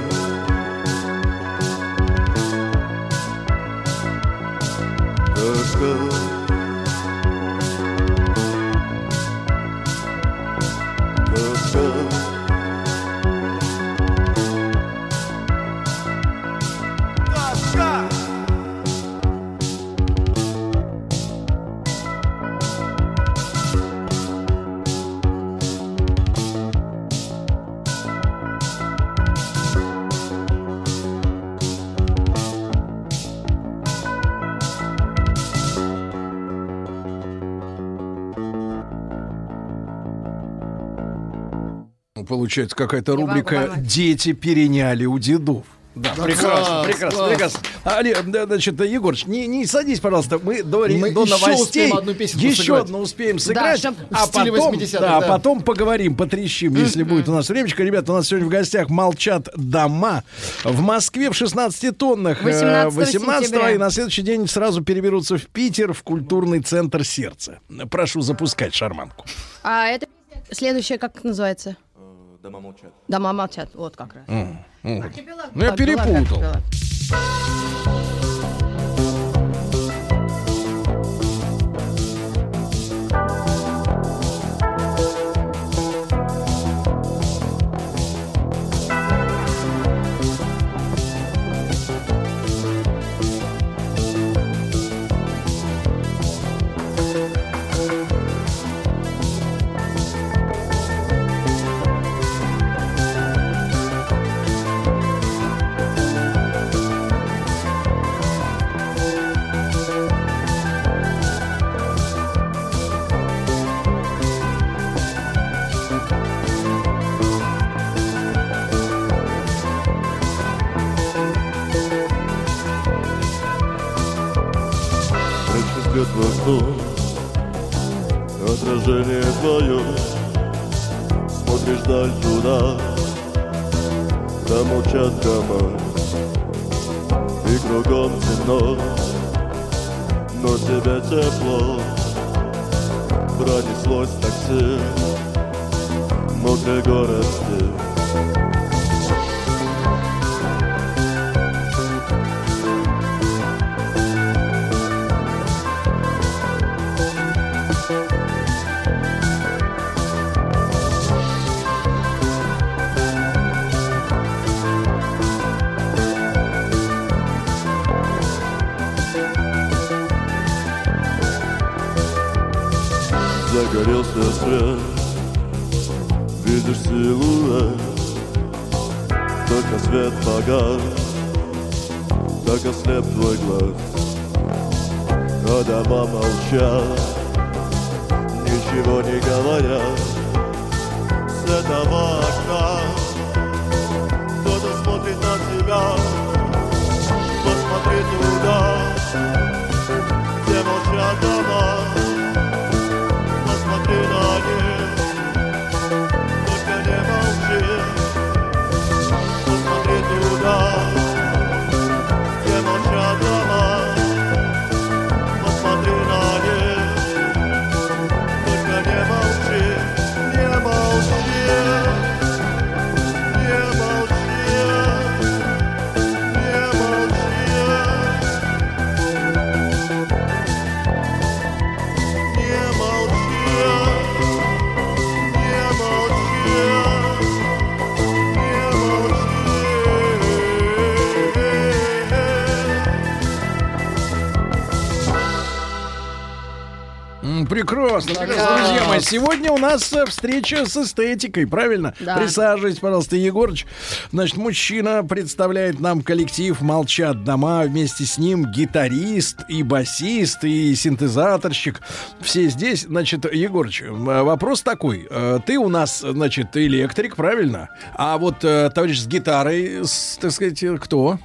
Получается, какая-то рубрика «Дети переняли у дедов». Да, прекрасно, прекрасно, прекрасно. Значит, Егорыч, не садись, пожалуйста. Мы до новостей еще одну успеем сыграть, а потом поговорим, потрещим, если будет у нас времечко. Ребята, у нас сегодня в гостях молчат дома. В Москве в 16 тоннах 18-го, и на следующий день сразу переберутся в Питер, в культурный центр «Сердце». Прошу запускать шарманку. А это следующее как называется? Дома молчат. Дома молчат, вот как раз. Ну, я перепутал. Отражение твое, смотришь даль туда, там молчат дома, и кругом темно, но тебе тепло. Пронеслось такси, мокрый город стих. Загорелся свет, видишь силуэт, только свет погас, так ослеп твой глаз. А дома молчат, ничего не говорят. С этого окна кто-то смотрит на тебя. Посмотри туда, где молчат дома. Посмотри на них, только не молчи. Посмотри туда, где молчат дома. Посмотри на них, только не молчи. Прекрасно, друзья мои. Сегодня у нас встреча с эстетикой, правильно? Да. Присаживайтесь, пожалуйста, Егорыч. Значит, мужчина представляет нам коллектив «Молчат дома». Вместе с ним гитарист и басист, и синтезаторщик. Все здесь. Значит, Егорыч, вопрос такой. Ты у нас, значит, электрик, правильно? А вот товарищ с гитарой, так сказать, кто?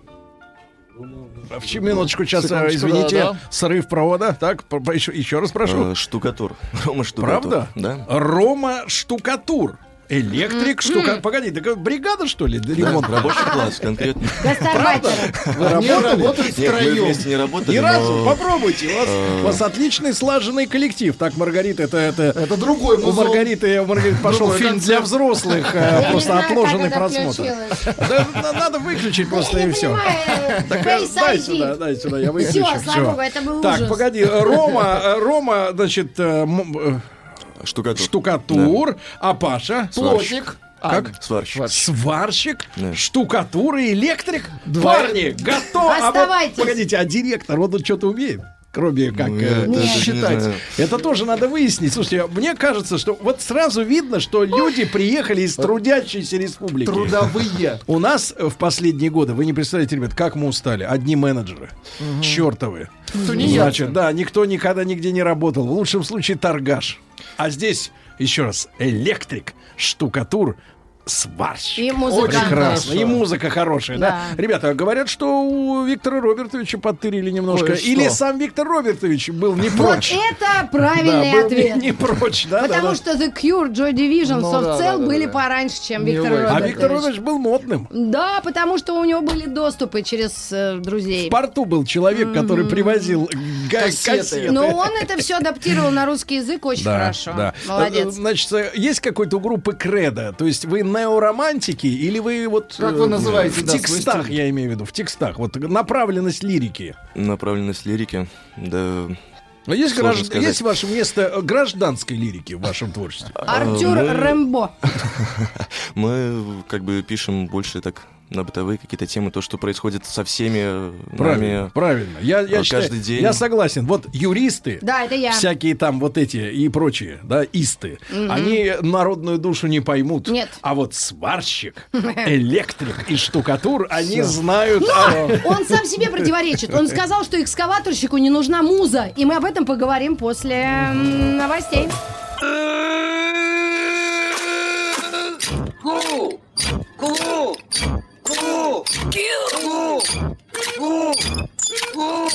Минуточку, сейчас, извините, да. срыв провода. Так, еще раз прошу. Штукатур. Рома Штукатур. Правда? Да. Рома Штукатур. Электрик, Погоди, так бригада, что ли? Ремонт. Рабочий класс, конкретно. Правда? Вы Они работают Нет, мы втроем. вместе не работали, Ни разу? но... Попробуйте. У вас отличный слаженный коллектив. Так, Маргарита, Это другой у музон. Маргариты пошел Другой фильм концерт. для взрослых, Я не просто знаю, отложенный как это просмотр. включилось. Да, надо выключить просто и все. Дай сюда, я выключу. Всё, слава богу, это был Так, ужас. погоди, Рома, значит, штукатур, а Паша? Плотник. Как? Сварщик. Сварщик, Да. штукатур и электрик. Парни, готовы. Оставайтесь. Погодите, а директор, он тут что-то умеет? Кроме как считать. Это тоже надо выяснить. Слушайте, мне кажется, что вот сразу видно, что люди приехали из трудящейся республики. Трудовые. У нас в последние годы, вы не представляете, ребят, как мы устали. Одни менеджеры. Чертовы. Значит, да, никто никогда нигде не работал. В лучшем случае торгаш. А здесь, еще раз, электрик, штукатур, сварщик. И музыка. Прекрасно. Хорошо. И музыка хорошая, да? Да. Ребята, говорят, что у Виктора Робертовича подтырили немножко. Кое-что. Или сам Виктор Робертович был не Вот прочь. это правильный Да, был ответ. не прочь, да? Потому да. что The Cure, Joy Division, Ну, Soft да, Cell да, были да. пораньше, чем Не Виктор уверен. А Робертович. Виктор Робертович был модным. Да, потому что у него были доступы через друзей. В порту был человек, который привозил кассеты. Но он это все адаптировал на русский язык очень Да, хорошо. да. Молодец. Значит, есть какой-то у группы кредо? То есть вы неоромантики или вы вот... Как вы называете, в да, свой текстах, стиль? я имею в виду, в текстах. Вот направленность лирики. Направленность лирики, да... Но есть, Сложно сказать. есть ваше место гражданской лирики в вашем творчестве? Артур Рэмбо. Мы как бы пишем больше так на бытовые какие-то темы, то, что происходит со всеми Правильно, нами правильно. Я считаю, каждый день. я согласен. Вот юристы, Да, это я. всякие там вот эти и прочие, да, исты, они народную душу не поймут. Нет. А вот сварщик, электрик и штукатур, они знают... Он сам себе противоречит. Он сказал, что экскаваторщику не нужна муза. И мы об этом поговорим после новостей. Ку! Ку! Ку! Ку! Ку!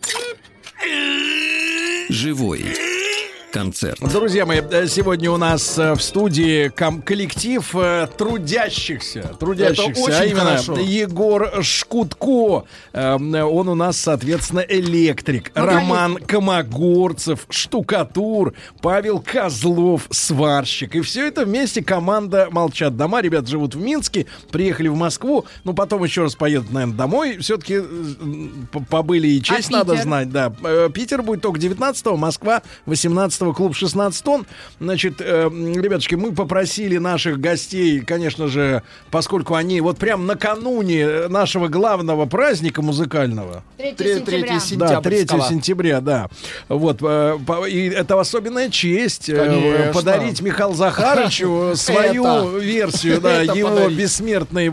Живой концерт. Друзья мои, сегодня у нас в студии коллектив трудящихся, Это а очень именно хорошо. Егор Шкутко, он у нас, соответственно, электрик, Роман Комогорцев, штукатур, Павел Козлов, сварщик. И все это вместе команда «Молчат дома». Ребята живут в Минске, приехали в Москву, ну потом еще раз поедут, наверное, домой. Все-таки побыли и честь надо Питер? знать. Да. Питер будет только 19-го, Москва 18-го, клуб 16 тонн. Значит, ребятушки, мы попросили наших гостей, конечно же, поскольку они вот прям накануне нашего главного праздника музыкального. 3 3 Да, 3 сентября. сентября, да. Вот, и это особенная честь Конечно. подарить Михаилу Захарычу свою Это. версию, да, Это его подарить. бессмертной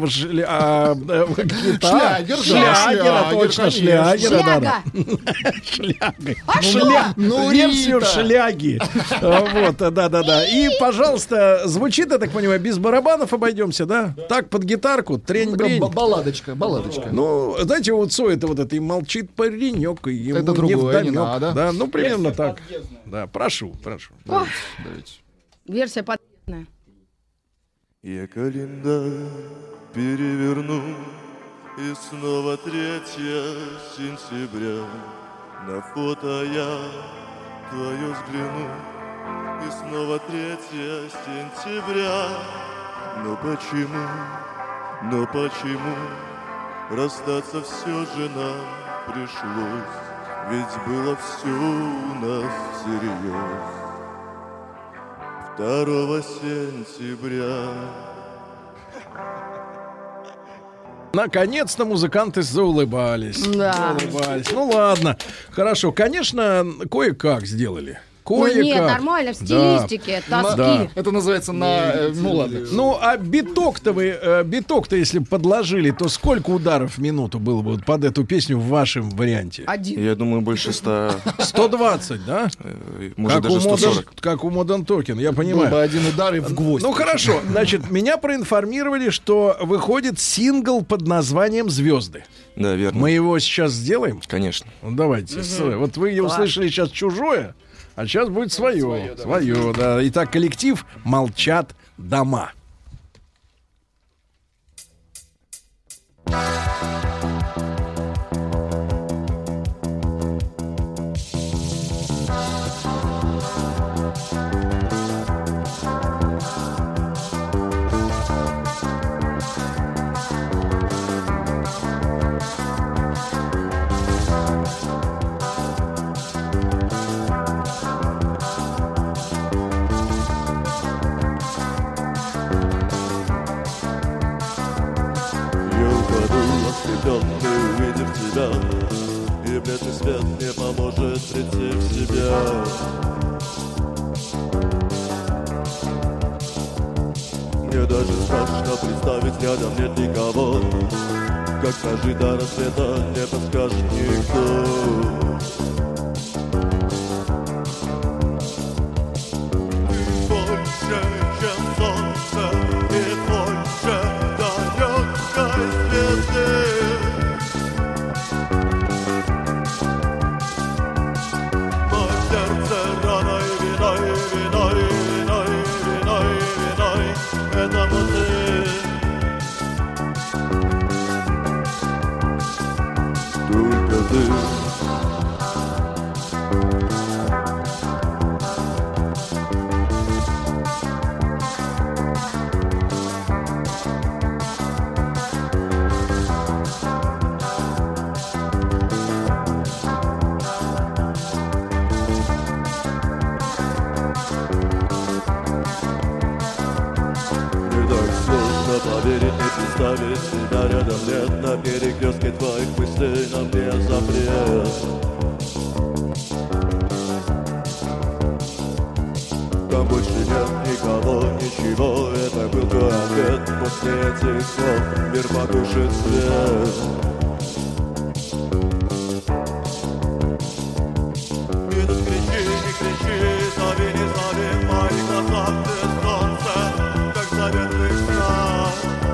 Шлягер, шлягера, да, точно, шлягер, шлягера, да, Шляга. да. Шлягой. Ну, Версию Рита. шляги. Вот, да. И, пожалуйста, звучит, я так понимаю, без барабанов обойдемся, да? Так, под гитарку, трень-брень. Балладочка. Ну, знаете, у Цоя это вот это и молчит паренек, и ему Это другое, не невдомек. надо. Да, ну, примерно так. Да, прошу. О, версия подъездная. Я календарь переверну, и снова 3 сентября. На фото я твое взгляну, и снова 3 сентября. Но почему расстаться все же нам пришлось? Ведь было все у нас всерьез. 2 сентября. Наконец-то музыканты заулыбались. Да. Заулыбались. Ну ладно, хорошо. Конечно, кое-как сделали. Кое-как. нет, нормально, в стилистике, тоски. Да. Это называется ну ладно. Ну, а биток-то если бы подложили, то сколько ударов в минуту было бы вот под эту песню в вашем варианте? 1. Я думаю, больше 100. 120, да? Может, даже 140. Как у Modern Talking, я Был понимаю. бы один удар и в гвоздь. Ну хорошо, значит, меня проинформировали, что выходит сингл под названием «Звезды». Да, верно. Мы его сейчас сделаем? Конечно. Ну, давайте. Вот вы услышали сейчас чужое, а сейчас будет свое. Свое, да. Итак, коллектив «Молчат дома». Ослепленный, увидев тебя, и бледный свет не поможет прийти в себя. Мне даже страшно представить, рядом нет никого. Как прожить до рассвета, не подскажет никто. Больше, чем солнце, и больше далекой звезды. Мое сердце раной, виной, виной, виной, виной, виной. Этому ты. Только ты. Поверить, не представить себя рядом нет. На перекрестке твоих мыслей нам не запрет. Там больше нет никого, ничего. Это был твой ответ. После этих слов мир потушит свет. Минус кричи, не кричи, зови, не зови. В моих глазах ты солнце, как заветный знак.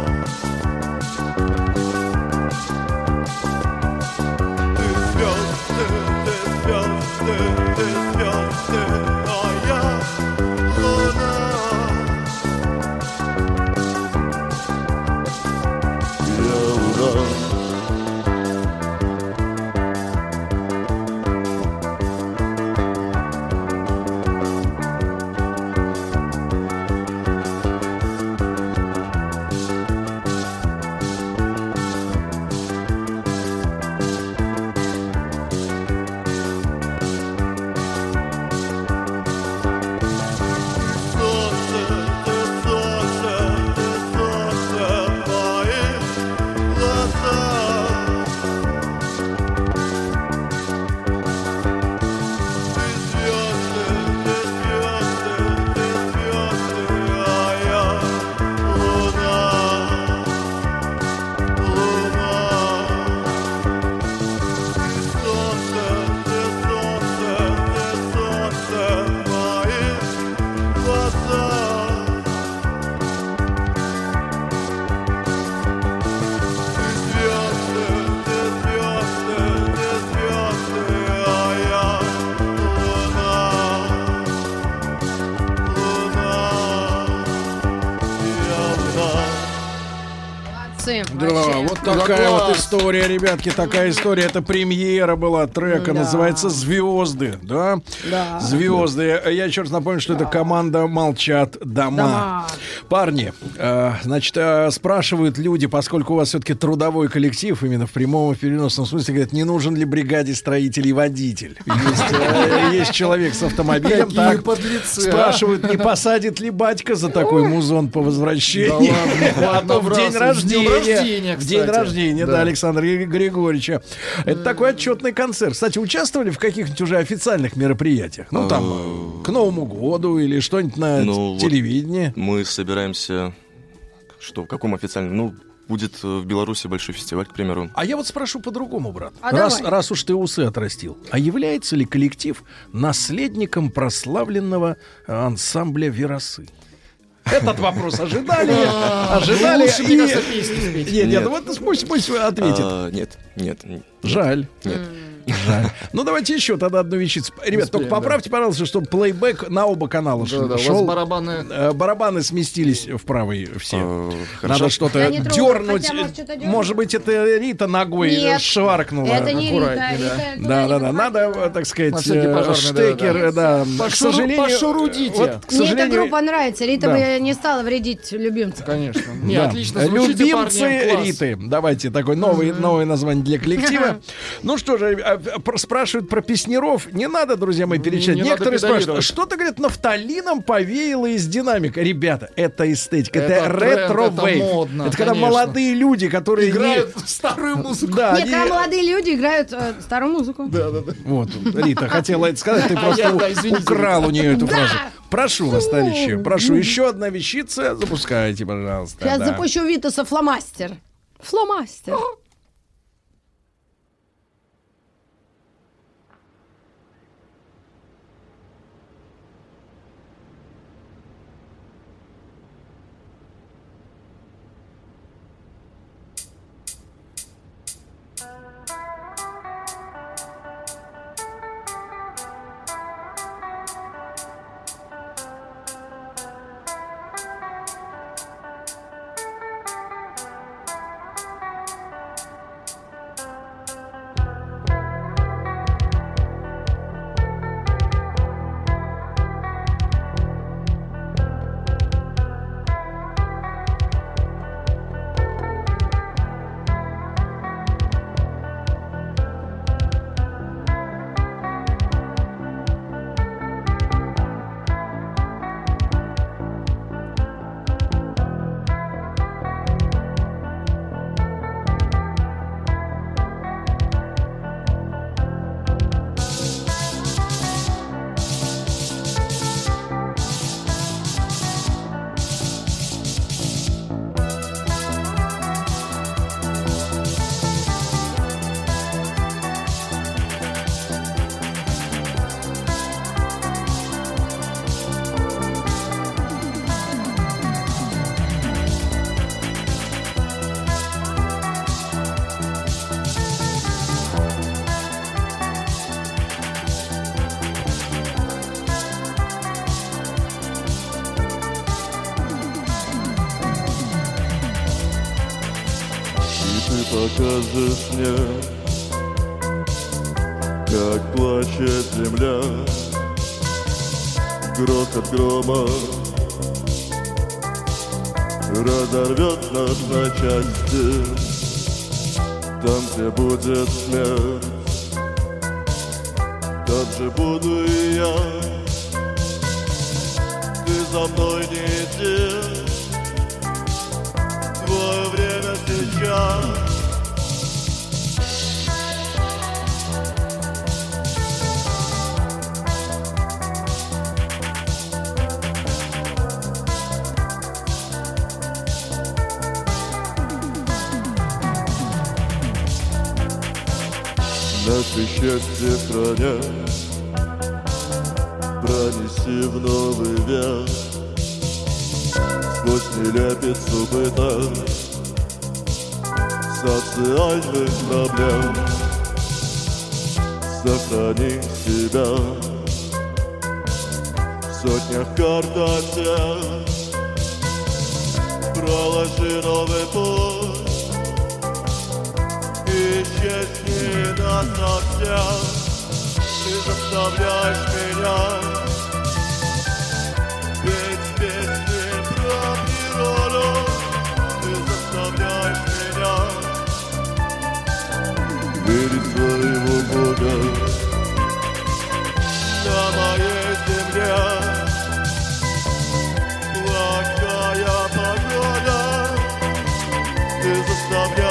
Да, вот такая вот история, ребятки, такая история. Это премьера была трека, называется «Звезды», да? Да. «Звезды». Я еще раз напомню, что это команда «Молчат дома». Парни, значит, спрашивают люди, поскольку у вас все-таки трудовой коллектив, именно в прямом и в переносном смысле, говорят, не нужен ли бригаде строителей водитель? Есть человек с автомобилем, так, спрашивают, не посадит ли батька за такой музон по возвращении? А то в день рождения. рождения, В кстати. день рождения, да, Александра Григорьевича. Это такой отчетный концерт. Кстати, участвовали в каких-нибудь уже официальных мероприятиях? Ну, там, к Новому году или что-нибудь на телевидении? Мы собираемся... Что, в каком официальном? Ну, будет в Беларуси большой фестиваль, к примеру. А я вот спрошу по-другому, брат. Давай. Раз уж ты усы отрастил, а является ли коллектив наследником прославленного ансамбля «Веросы»? Этот вопрос ожидали. Лучше, мне кажется, песни спеть. Нет, вот пусть ответит. Нет. Жаль. Нет. Жаль. Ну, давайте еще тогда одну вещицу. Ребят, только поправьте, пожалуйста, чтобы плейбэк на оба канала шел. У вас барабаны сместились в правый все. Хорошо. Надо что-то дернуть. Может быть, это Рита ногой шваркнула. Это не Рита. Да. Надо, так сказать, штекер. К сожалению... Пошурудите. Мне эта группа нравится. Рита бы не стала вредить любимцу. Конечно. Не, отлично звучите, любимцы парни, Риты. Давайте такое новое название для коллектива. Ну что же, спрашивают про песняров. Не надо, друзья мои, перечислять. Некоторые спрашивают, что-то, говорят, нафталином повеяло из динамика. Ребята, это эстетика, это ретро-вейв. Это когда молодые люди, которые играют старую музыку. Да, нет, когда молодые люди играют старую музыку. Да. Вот, Рита хотела это сказать, ты просто украл у нее эту фразу. Прошу вас, товарищи, прошу, еще одна вещица. Запускайте, пожалуйста. Сейчас запущу Витаса фломастер. Фломастер. Покажешь мне, как плачет земля, грохот грома разорвет нас на части. Там, где будет смерть, там же буду и я. Ты за мной не иди, твое время сейчас. Наше счастье храня, пронеси в новый век сквозь нелепицу быта, социальных проблем. Сохрани себя в сотнях картотек, проложи новый путь. Исчезни нас совсем, ты заставляешь меня петь песни про природу, ты заставляешь меня верить в своего Бога. На моей земле плохая погода, ты заставляешь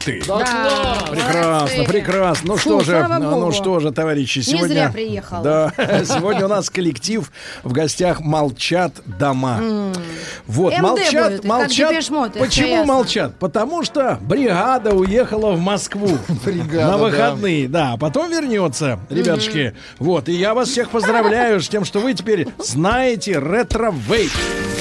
ты! Да, класс! Прекрасно, Молодцы. прекрасно. Ну Фу, слава ну богу. что же, товарищи, Не сегодня... зря приехала. Да, сегодня у нас коллектив в гостях «Молчат дома». Вот, МД молчат, будет, как молчат. Депеш Мод, это Почему ясно. молчат? Потому что бригада уехала в Москву Бригада, на выходные, да, потом вернется, ребятушки. Вот, и я вас всех поздравляю с тем, что вы теперь знаете ретро-вейп.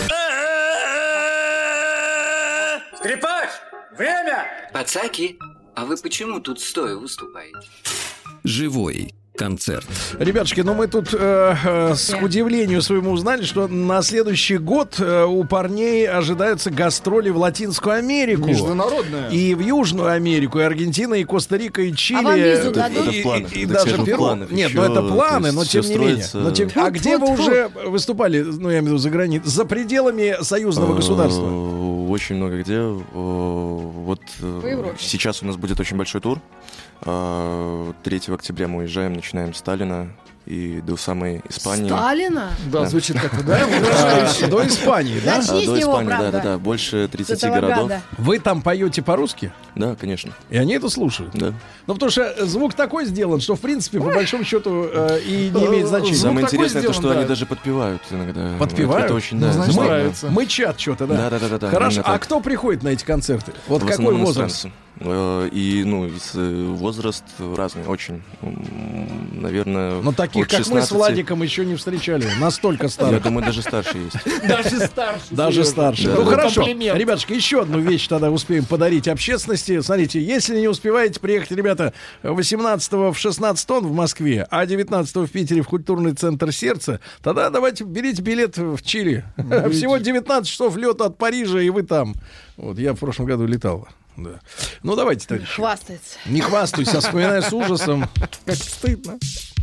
Скрипач, время! Пацаки, а вы почему тут стоя выступаете? Живой концерт. Ребятушки, ну мы тут с удивлению своему узнали, что на следующий год у парней ожидаются гастроли в Латинскую Америку. Международная. И в Южную Америку, и Аргентина, и Коста-Рика, и Чили. А вам визу Это дадут? в планах. И Так даже скажем, в Перу. планах Нет, еще, ну это планы, то но есть тем всё не менее. строится. А где вы уже выступали, ну я имею в виду за границей, за пределами союзного государства? Очень много где. Вот Европе. сейчас у нас будет очень большой тур. 3 октября мы уезжаем, начинаем с Таллина и до самой Испании. Сталина? Да, Да. звучит как-то, да? Угрожающе. До Испании, да? Начни с До него, Испании, правда. да. Больше 30 этого городов. гада. Вы там поете по-русски? Да, конечно. И они это слушают? Да. Ну, потому что звук такой сделан, что, в принципе, по большому счету, и не имеет значения. Звук Самое такой интересное, то, сделан, что да. они даже подпевают иногда. Подпевают? Это очень, Ну, да. значит, забавно. нравится. Мычат что-то, да? Да. Хорошо. именно А так. кто приходит на эти концерты? Вот В какой основном возраст? иностранцы. И, возраст разный, очень. Наверное, Ну, таких, от как мы с 16. Владиком, еще не встречали. Настолько Я старых. думаю, даже старше есть. Даже старше. Даже Серёжа. старше. Да, Ну да. хорошо. Комплимент. Ребятушки, еще одну вещь тогда успеем подарить общественности. Смотрите, если не успеваете приехать, ребята, 18-го в 16 тонн в Москве, а 19-го в Питере в культурный центр «Сердце», тогда давайте берите билет в Чили. Всего 19 часов лета от Парижа, и вы там. Вот, я в прошлом году летал. Да. Ну, давайте, товарищи. Хвастается. Не хвастаюсь, а вспоминаю с ужасом. Как стыдно.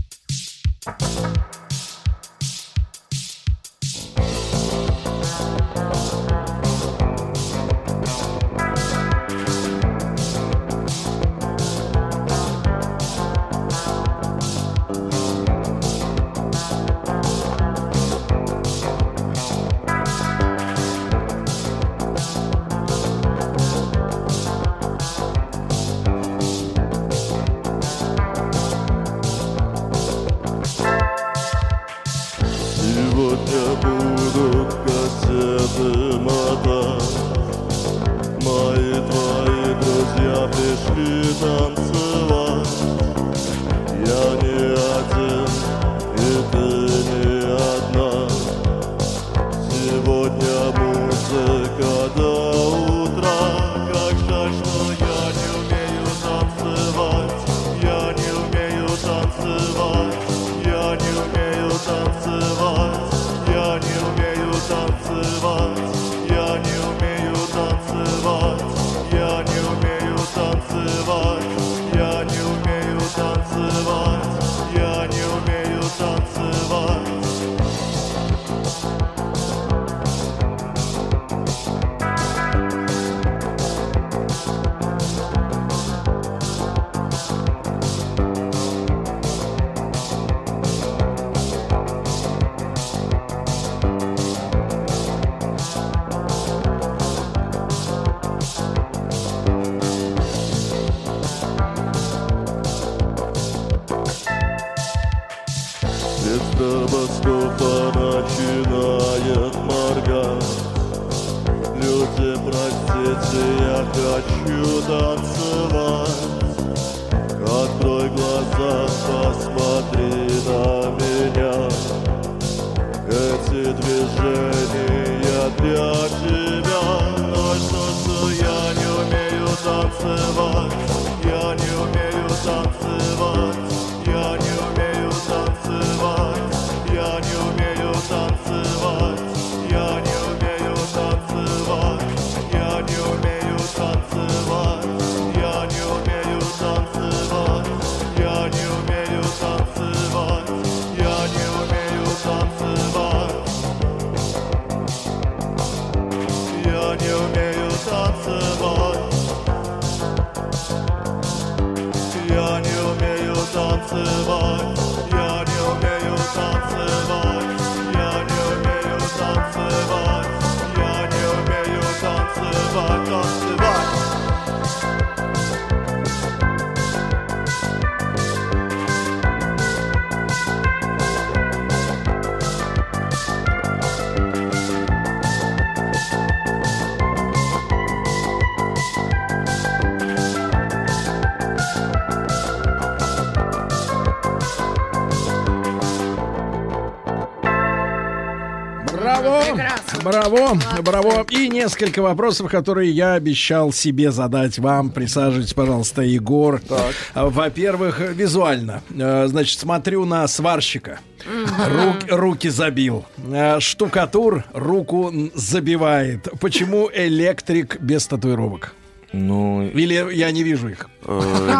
Сегодня будут кассеты мотать. Мои твои друзья пришли танцевать. Я не один, и ты не одна. Сегодня музыка до утра. Как жаль, что я не умею танцевать. Я не умею танцевать. Я не умею танцевать. Я не умею танцевать. Я не умею танцевать. Я не умею танцевать. Я не умею танцевать. Я не умею танцевать. Свет стробоскопа начинает моргать. Люди, простите, я хочу танцевать. Открой глаза, посмотри на меня. Эти движения для тебя. Но что я не умею танцевать. Я не умею танцевать. Я не умею танцевать. Я не умею танцевать. Я не умею танцевать. Я не умею танцевать. Я не умею танцевать. Я не умею танцевать. Я не умею танцевать. Я не умею танцевать. Я не умею танцевать. Я не умею танцевать. Я не умею танцевать. Я не умею танцевать. Танцевать. Браво! Прекрасно. Браво! Браво! И несколько вопросов, которые я обещал себе задать вам. Присаживайтесь, пожалуйста, Егор. Так. Во-первых, визуально. Значит, смотрю на сварщика. Руки забил. Штукатур руку забивает. Почему электрик без татуировок? Ну, Или я не вижу их? нет,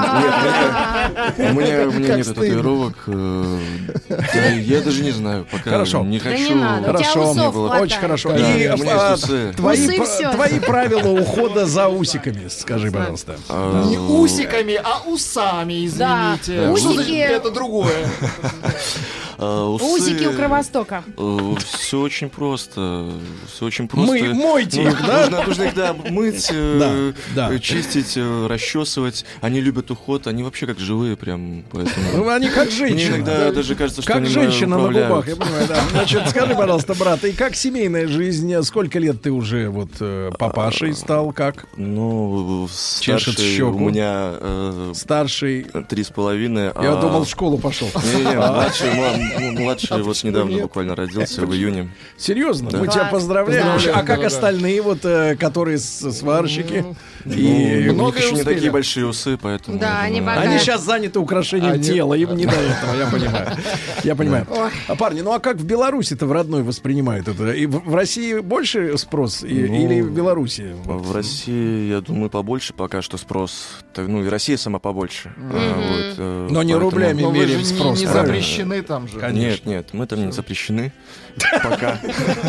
у меня нет татуировок. Я даже не знаю, пока Хорошо. не Да хочу. не надо, у тебя Хорошо, усов хватает. очень хорошо. Да, И у меня есть усы. Усы всё. твои правила ухода за усиками, скажи, пожалуйста. Не усиками, а усами, Да, извините. усики. Что значит это другое? Усики у Кровостока. Все очень просто. Все очень просто. Мойте их, да? Нужно их, да, мыть, Да. чистить, расчесывать. Они любят уход, они вообще как живые прям. Поэтому... Ну, они как Мне женщина. иногда даже кажется, что Как они женщина на управляют. губах, я понимаю, да. Значит, скажи, пожалуйста, брат, и как семейная жизнь? Сколько лет ты уже вот папашей стал? Как? Ну, Чешет старший щеку. у меня Старший. 3,5. Я думал, в школу пошел. Младший вот недавно буквально родился в июне. Серьезно? Да. Мы тебя поздравляем. Поздравляем, А как да. остальные, вот, которые сварщики? И И у них многое еще не успели. такие большие усы, поэтому... Да, я они думаю, богатые. они сейчас заняты украшением Они- тела, им не до этого, я понимаю. Я понимаю. Ой. А, парни, ну а как в Беларуси-то в родной воспринимают это? И в России больше спрос или в Беларуси? В России, я думаю, побольше пока что спрос. Ну и Россия сама побольше. Но не рублями Но вы же меряем спрос. не правильно? запрещены там же. Нет, мы там не запрещены. Пока.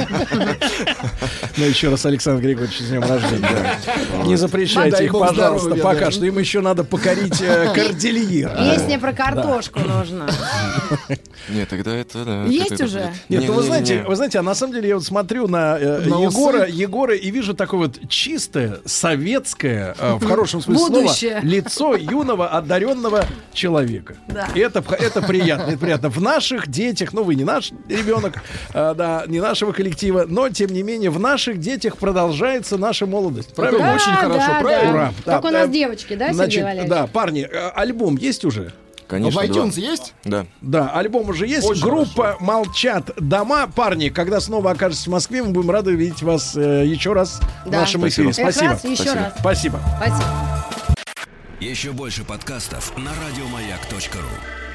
Ну, еще раз, Александр Григорьевич, с днем рождения. Не запрещайте Дай их, бог пожалуйста, здоровья, пока да. что. Им еще надо покорить Кордильер. Песня про картошку нужна. Нет, тогда это... да, Есть это уже? будет. Нет, ну вы Не-не-не. знаете, а на самом деле я вот смотрю на Егора и вижу такое вот чистое, советское, в хорошем смысле слова, Будущее. лицо юного, одаренного человека. Да. И это приятно, это приятно. В наших детях, ну вы не наш ребенок, да, не нашего коллектива, но тем не менее в наших детях продолжается наша молодость. Правильно? Да, очень хорошо, правильно? Ура. Только у Да, нас девочки, да, Сергей Значит, Валерьевич? да, парни, альбом есть уже? Конечно, В iTunes да. есть? Да. Да, альбом уже есть. Очень Группа «Молчат дома». Парни, когда снова окажетесь в Москве, мы будем рады видеть вас еще раз в Да. нашем эфире. Как Спасибо. раз еще Спасибо. раз. Спасибо. Спасибо. Еще больше подкастов на радиомаяк.ру.